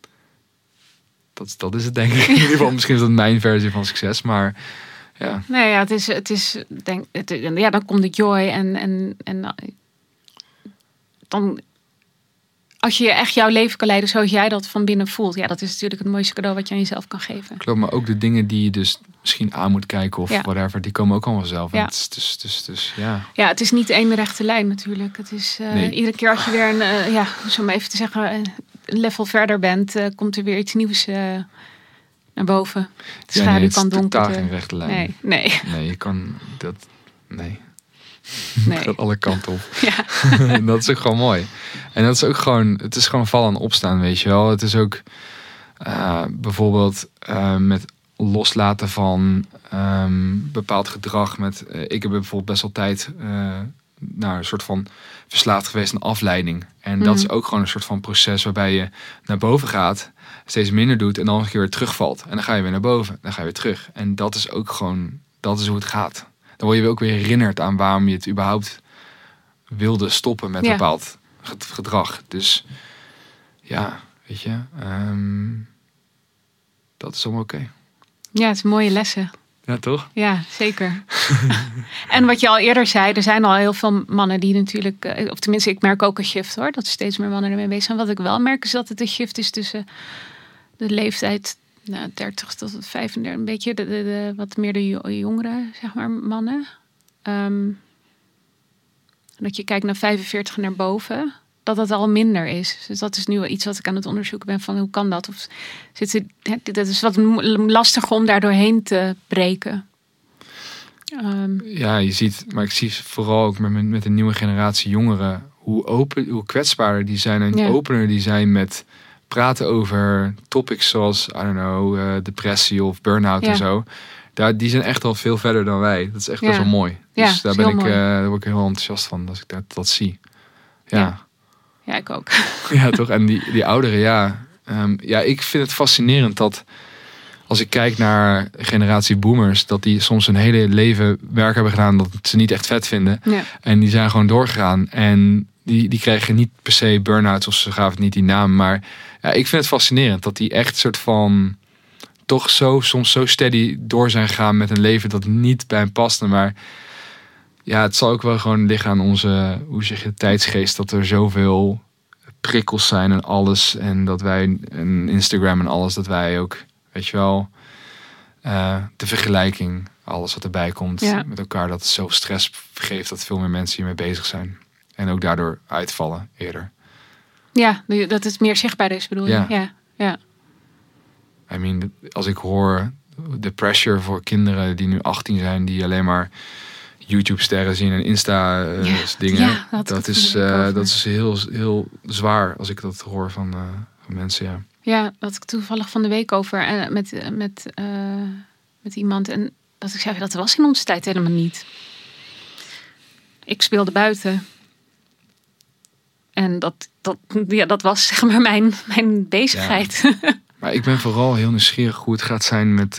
Dat is het denk ik. In ieder geval, misschien is dat mijn versie van succes, maar ja. Nee, ja, het is dan komt de joy en dan, als je echt jouw leven kan leiden zoals jij dat van binnen voelt, ja, dat is natuurlijk het mooiste cadeau wat je aan jezelf kan geven. Klopt, maar ook de dingen die je dus misschien aan moet kijken of whatever, die komen ook allemaal zelf. Ja. Ja, het is niet één rechte lijn natuurlijk. Het is iedere keer als je weer zo maar even te zeggen, een level verder bent, komt er weer iets nieuws naar boven. De schaduw kan donker. Het is geen rechte lijn. Nee, je kan dat. Nee. Het gaat alle kanten op. Ja. En dat is ook gewoon mooi. En dat is ook gewoon, het is gewoon vallen en opstaan, weet je wel. Het is ook bijvoorbeeld met loslaten van bepaald gedrag. Ik heb bijvoorbeeld best wel tijd naar een soort van verslaafd geweest aan afleiding. En dat is ook gewoon een soort van proces waarbij je naar boven gaat, steeds minder doet en dan een keer weer terugvalt. En dan ga je weer naar boven, dan ga je weer terug. En dat is ook gewoon, dat is hoe het gaat. Dan word je ook weer herinnerd aan waarom je het überhaupt wilde stoppen met een bepaald gedrag. Dus ja, weet je, dat is allemaal oké. Ja, het is mooie lessen. Ja, toch? Ja, zeker. En wat je al eerder zei, er zijn al heel veel mannen die natuurlijk... Of tenminste, ik merk ook een shift hoor. Dat steeds meer mannen ermee bezig zijn. Wat ik wel merk is dat het een shift is tussen de leeftijd 30 tot 35. Een beetje wat meer de jongere, zeg maar, mannen. Dat je kijkt naar 45 naar boven. Dat al minder is. Dus dat is nu wel iets wat ik aan het onderzoeken ben van hoe kan dat? Of dat is wat lastiger om daar doorheen te breken. Ja, je ziet, maar ik zie vooral ook met de nieuwe generatie jongeren hoe kwetsbaarder die zijn en opener die zijn met praten over topics zoals, I don't know, depressie of burn-out en zo. Die zijn echt al veel verder dan wij. Dat is echt best wel mooi. Dus daar daar word ik heel enthousiast van als ik dat zie. Ja, ik ook. Ja, toch? En die ouderen, ik vind het fascinerend dat als ik kijk naar generatie boomers, dat die soms hun hele leven werk hebben gedaan dat ze niet echt vet vinden. Ja. En die zijn gewoon doorgegaan. En die kregen niet per se burn-outs of ze gaven het niet die naam. Maar ja, ik vind het fascinerend dat die echt soort van toch soms zo steady door zijn gegaan met een leven dat niet bij hem paste. Maar ja, het zal ook wel gewoon liggen aan onze, hoe zeg je, tijdsgeest. Dat er zoveel prikkels zijn en alles. En dat wij, en Instagram en alles, dat wij ook, weet je wel, de vergelijking, alles wat erbij komt met elkaar. Dat het zo stress geeft dat veel meer mensen hiermee bezig zijn. En ook daardoor uitvallen eerder. Ja, dat het meer zichtbaar is, bedoel je? Ja. I mean, als ik hoor de pressure voor kinderen die nu 18 zijn, die alleen maar YouTube-sterren zien en Insta-dingen. Ja, dat is heel, heel zwaar als ik dat hoor van mensen, ja. Ja, dat had ik toevallig van de week over met iemand. En dat ik zei, dat was in onze tijd helemaal niet. Ik speelde buiten. En dat was zeg maar mijn bezigheid. Ja. Maar ik ben vooral heel nieuwsgierig hoe het gaat zijn met...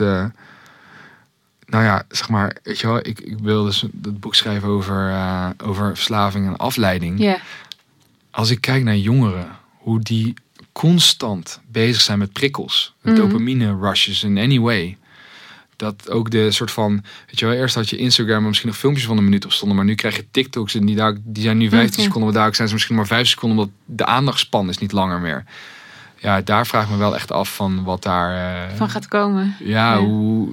zeg maar, weet je wel, ik wil dus dat boek schrijven over verslaving en afleiding. Yeah. Als ik kijk naar jongeren, hoe die constant bezig zijn met prikkels. Dopamine rushes in any way. Dat ook de soort van, weet je wel, eerst had je Instagram waar misschien nog filmpjes van een minuut op stonden, maar nu krijg je TikToks en die zijn nu 15 seconden, maar daar zijn ze misschien maar 5 seconden, omdat de aandachtspan is niet langer meer. Ja, daar vraag ik me wel echt af van wat daar van gaat komen. Ja, hoe...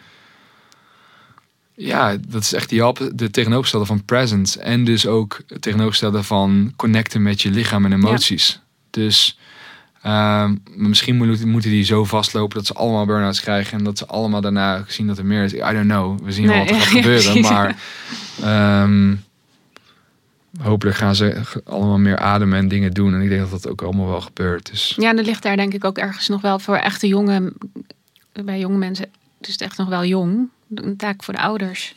Ja, dat is echt de tegenovergestelde van presence. En dus ook het tegenovergestelde van connecten met je lichaam en emoties. Ja. Dus misschien moeten die zo vastlopen dat ze allemaal burn-outs krijgen. En dat ze allemaal daarna zien dat er meer is. I don't know. We zien wel wat er gaat gebeuren. Maar hopelijk gaan ze allemaal meer ademen en dingen doen. En ik denk dat dat ook allemaal wel gebeurt. Dus. Ja, en er ligt daar denk ik ook ergens nog wel voor echte bij jonge mensen. Dus het echt nog wel jong. Een taak voor de ouders.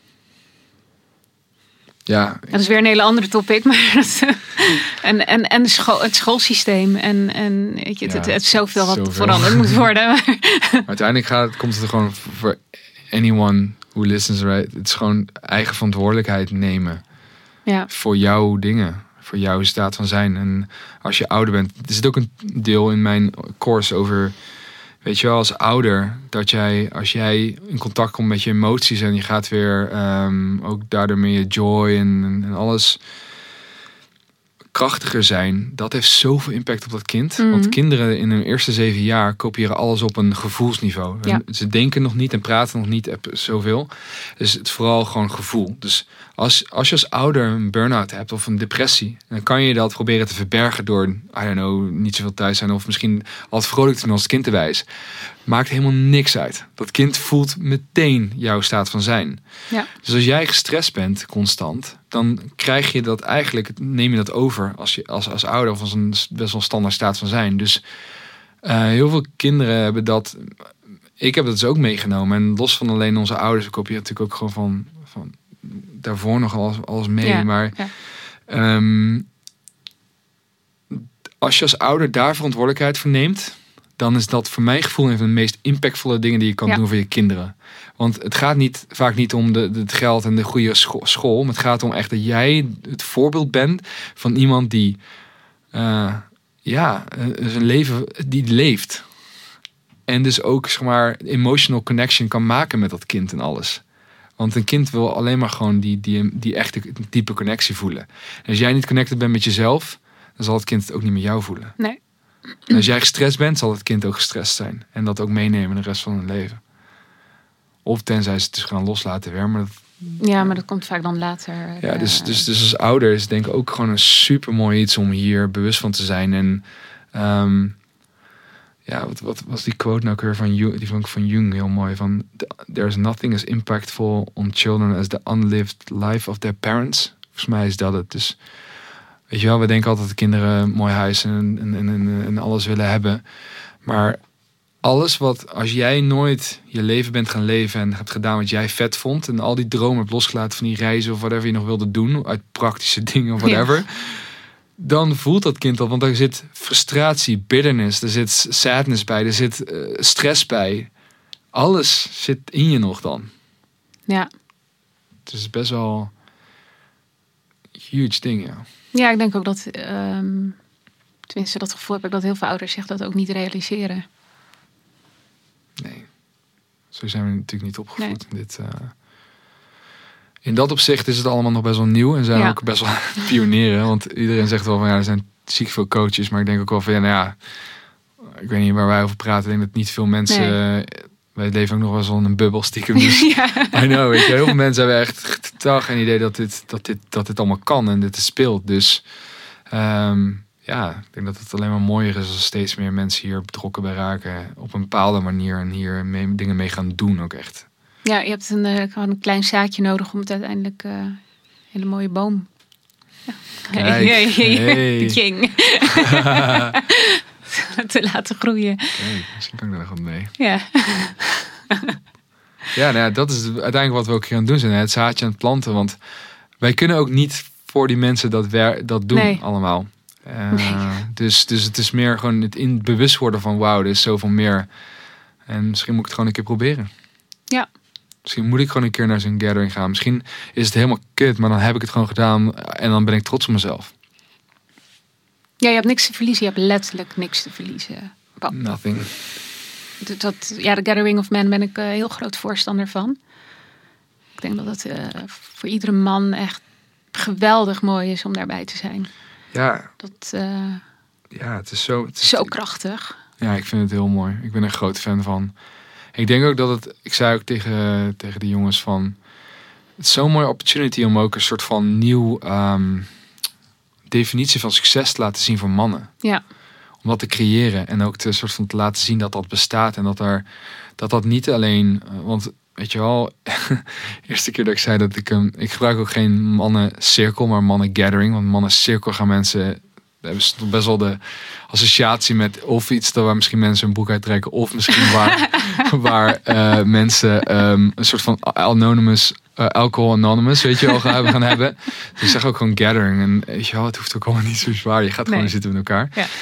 Ja. Dat is weer een hele andere topic. Maar en het schoolsysteem. En weet je, het is zoveel wat veranderd moet worden. Maar uiteindelijk komt het er gewoon voor anyone who listens, right? Het is gewoon eigen verantwoordelijkheid nemen. Ja. Voor jouw dingen. Voor jouw staat van zijn. En als je ouder bent. Er zit ook een deel in mijn course over... Weet je wel, als ouder, als jij in contact komt met je emoties en je gaat weer ook daardoor meer je joy en alles krachtiger zijn, dat heeft zoveel impact op dat kind. Want kinderen in hun eerste 7 jaar kopiëren alles op een gevoelsniveau. Ja. Ze denken nog niet en praten nog niet zoveel. Dus het is vooral gewoon gevoel. Dus als je als ouder een burn-out hebt of een depressie, dan kan je dat proberen te verbergen door, I don't know, niet zoveel thuis zijn of misschien altijd vrolijk te doen als het kind te wijs. Maakt helemaal niks uit. Dat kind voelt meteen jouw staat van zijn. Ja. Dus als jij gestrest bent constant, dan krijg je dat eigenlijk, neem je dat over als ouder of als een best wel standaard staat van zijn. Dus heel veel kinderen hebben dat. Ik heb dat dus ook meegenomen. En los van alleen onze ouders, ik kopiëer natuurlijk ook gewoon van daarvoor nog alles mee. Ja, maar als je als ouder daar verantwoordelijkheid voor neemt, dan is dat voor mijn gevoel een van de meest impactvolle dingen die je kan doen voor je kinderen. Want het gaat vaak niet om het geld en de goede school. Maar het gaat om echt dat jij het voorbeeld bent van iemand die zijn leven die leeft. En dus ook, zeg maar, emotional connection kan maken met dat kind en alles. Want een kind wil alleen maar gewoon die echte diepe connectie voelen. En als jij niet connected bent met jezelf, dan zal het kind het ook niet met jou voelen. Nee. En als jij gestrest bent, zal het kind ook gestrest zijn. En dat ook meenemen de rest van hun leven. Of tenzij ze het dus gaan loslaten weer. Maar dat komt vaak dan later. ja, dus als ouder is het denk ik ook gewoon een super mooi iets om hier bewust van te zijn. En wat was die quote nou weer van Jung? Die vond ik van Jung heel mooi. Van, there's nothing as impactful on children as the unlived life of their parents. Volgens mij is dat het. Dus weet je wel, we denken altijd dat kinderen een mooi huis en alles willen hebben. Maar alles als jij nooit je leven bent gaan leven en hebt gedaan wat jij vet vond en al die dromen hebt losgelaten van die reizen of whatever je nog wilde doen, uit praktische dingen of whatever, ja, dan voelt dat kind al, want daar zit frustratie, bitterness, er zit sadness bij, er zit stress bij. Alles zit in je nog dan. Ja. Het is best wel een huge ding, ja. Ja, ik denk ook dat, tenminste dat gevoel heb ik dat heel veel ouders zich dat ook niet realiseren. Nee, zo zijn we natuurlijk niet opgevoed. Nee. In dat opzicht is het allemaal nog best wel nieuw. En zijn we ook best wel pionieren. Want iedereen zegt wel van er zijn ziek veel coaches. Maar ik denk ook wel van ik weet niet waar wij over praten. Ik denk dat niet veel mensen... Nee. Wij leven ook nog wel eens in een bubbel stiekem. Dus I know, weet je. Heel veel mensen hebben echt totaal geen idee dat dit allemaal kan. En dit speelt. Dus... ik denk dat het alleen maar mooier is als steeds meer mensen hier betrokken bij raken op een bepaalde manier en hier dingen mee gaan doen ook echt. Ja, je hebt gewoon een klein zaadje nodig om het uiteindelijk een hele mooie boom te laten groeien. Kijk, misschien kan ik daar nog wat mee. Ja. Dat is uiteindelijk wat we ook hier aan het doen zijn. Het zaadje aan het planten. Want wij kunnen ook niet voor die mensen dat doen allemaal. Dus het is meer gewoon het bewust worden van wauw, er is zoveel meer. En misschien moet ik het gewoon een keer proberen. Ja. Misschien moet ik gewoon een keer naar zo'n gathering gaan. Misschien is het helemaal kut, maar dan heb ik het gewoon gedaan en dan ben ik trots op mezelf. Ja, je hebt niks te verliezen. Je hebt letterlijk niks te verliezen. Nothing. De Gathering of Men ben ik heel groot voorstander van. Ik denk dat het voor iedere man echt geweldig mooi is om daarbij te zijn. Ja. Het is zo krachtig. Ja, ik vind het heel mooi. Ik ben een groot fan van. Ik denk ook dat ik zei ook tegen de jongens van, het is zo'n mooie opportunity om ook een soort van nieuw definitie van succes te laten zien voor mannen. Ja. Om dat te creëren en ook te soort van te laten zien dat dat bestaat en dat niet alleen, want weet je wel, eerste keer dat ik zei dat ik gebruik ook geen mannencirkel, maar mannen-gathering. Want mannen-cirkel gaan mensen, hebben ze best wel de associatie met of iets waar misschien mensen hun broek uittrekken, of misschien waar mensen een soort van anonymous, alcohol anonymous, weet je wel, gaan hebben. Dus ik zeg ook gewoon gathering. En weet je wel, het hoeft ook allemaal niet zo zwaar. Je gaat gewoon zitten met elkaar. Ja.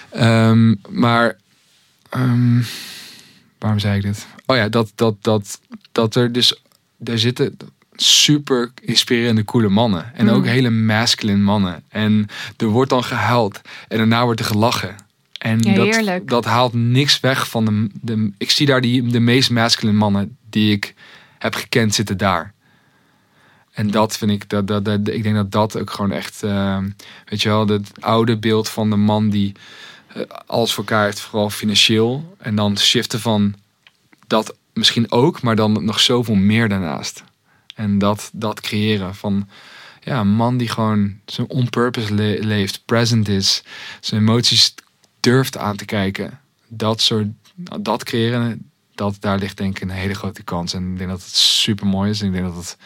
Waarom zei ik dit? Oh ja, dat er dus, daar zitten super inspirerende, coole mannen. En ook hele masculine mannen. En er wordt dan gehuild. En daarna wordt er gelachen. En dat haalt niks weg van ik zie daar de meest masculine mannen die ik heb gekend zitten daar. En dat vind ik, ik denk dat ook gewoon echt, weet je wel, het oude beeld van de man die alles voor elkaar heeft, vooral financieel. En dan shiften van dat misschien ook, maar dan nog zoveel meer daarnaast. En dat creëren van een man die gewoon zijn on-purpose leeft, present is, zijn emoties durft aan te kijken. Dat creëren, daar ligt denk ik een hele grote kans. En ik denk dat het super mooi is. En ik denk dat het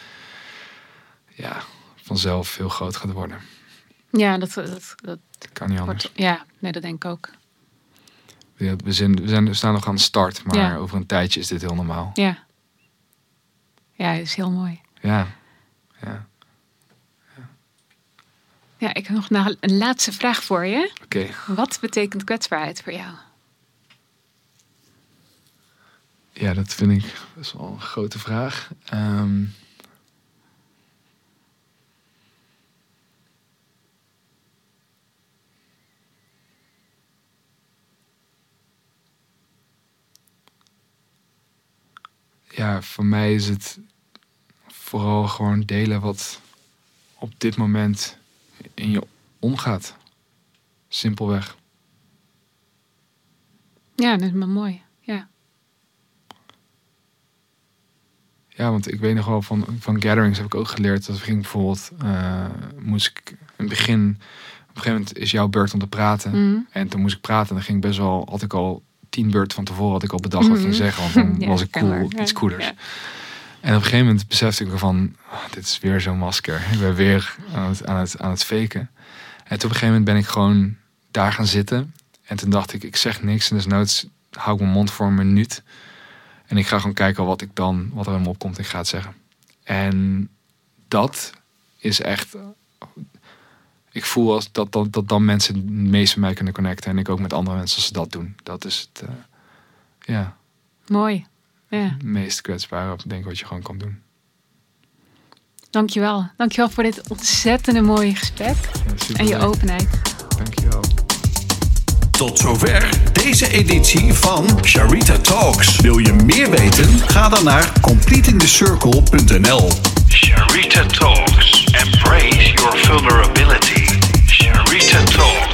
vanzelf heel groot gaat worden. Ja, dat kan niet anders. Dat denk ik ook. We staan nog aan de start, maar over een tijdje is dit heel normaal. Ja. Ja, het is heel mooi. Ja. Ja, ik heb nog een laatste vraag voor je. Oké. Wat betekent kwetsbaarheid voor jou? Ja, dat vind ik best wel een grote vraag. ja, voor mij is het vooral gewoon delen wat op dit moment in je omgaat. Simpelweg. Ja, dat is maar mooi. Ja. Ja, want ik weet nog wel van gatherings heb ik ook geleerd. Dat we gingen bijvoorbeeld, moest ik in het begin, op een gegeven moment is jouw beurt om te praten. En toen moest ik praten en dan ging ik best wel, had ik al 10 beurten van tevoren had ik al bedacht wat ik ging zeggen. Want dan was ik cool, iets coolers. Ja. En op een gegeven moment besefte ik me van, dit is weer zo'n masker. Ik ben weer aan het faken. En toen op een gegeven moment ben ik gewoon daar gaan zitten. En toen dacht ik zeg niks. En desnoods hou ik mijn mond voor een minuut. En ik ga gewoon kijken wat er in me opkomt en ik ga het zeggen. En dat is echt... Ik voel als dat dan mensen het meest met mij kunnen connecten. En ik ook met andere mensen als ze dat doen. Dat is het, ja. Mooi. Ja. Het meest kwetsbare, denk ik, wat je gewoon kan doen. Dankjewel. Dankjewel voor dit ontzettende mooie gesprek. Ja, en je openheid. Dankjewel. Tot zover deze editie van Sharita Talks. Wil je meer weten? Ga dan naar completingthecircle.nl. Sharita Talks. Embrace your vulnerability. Sharita Talks.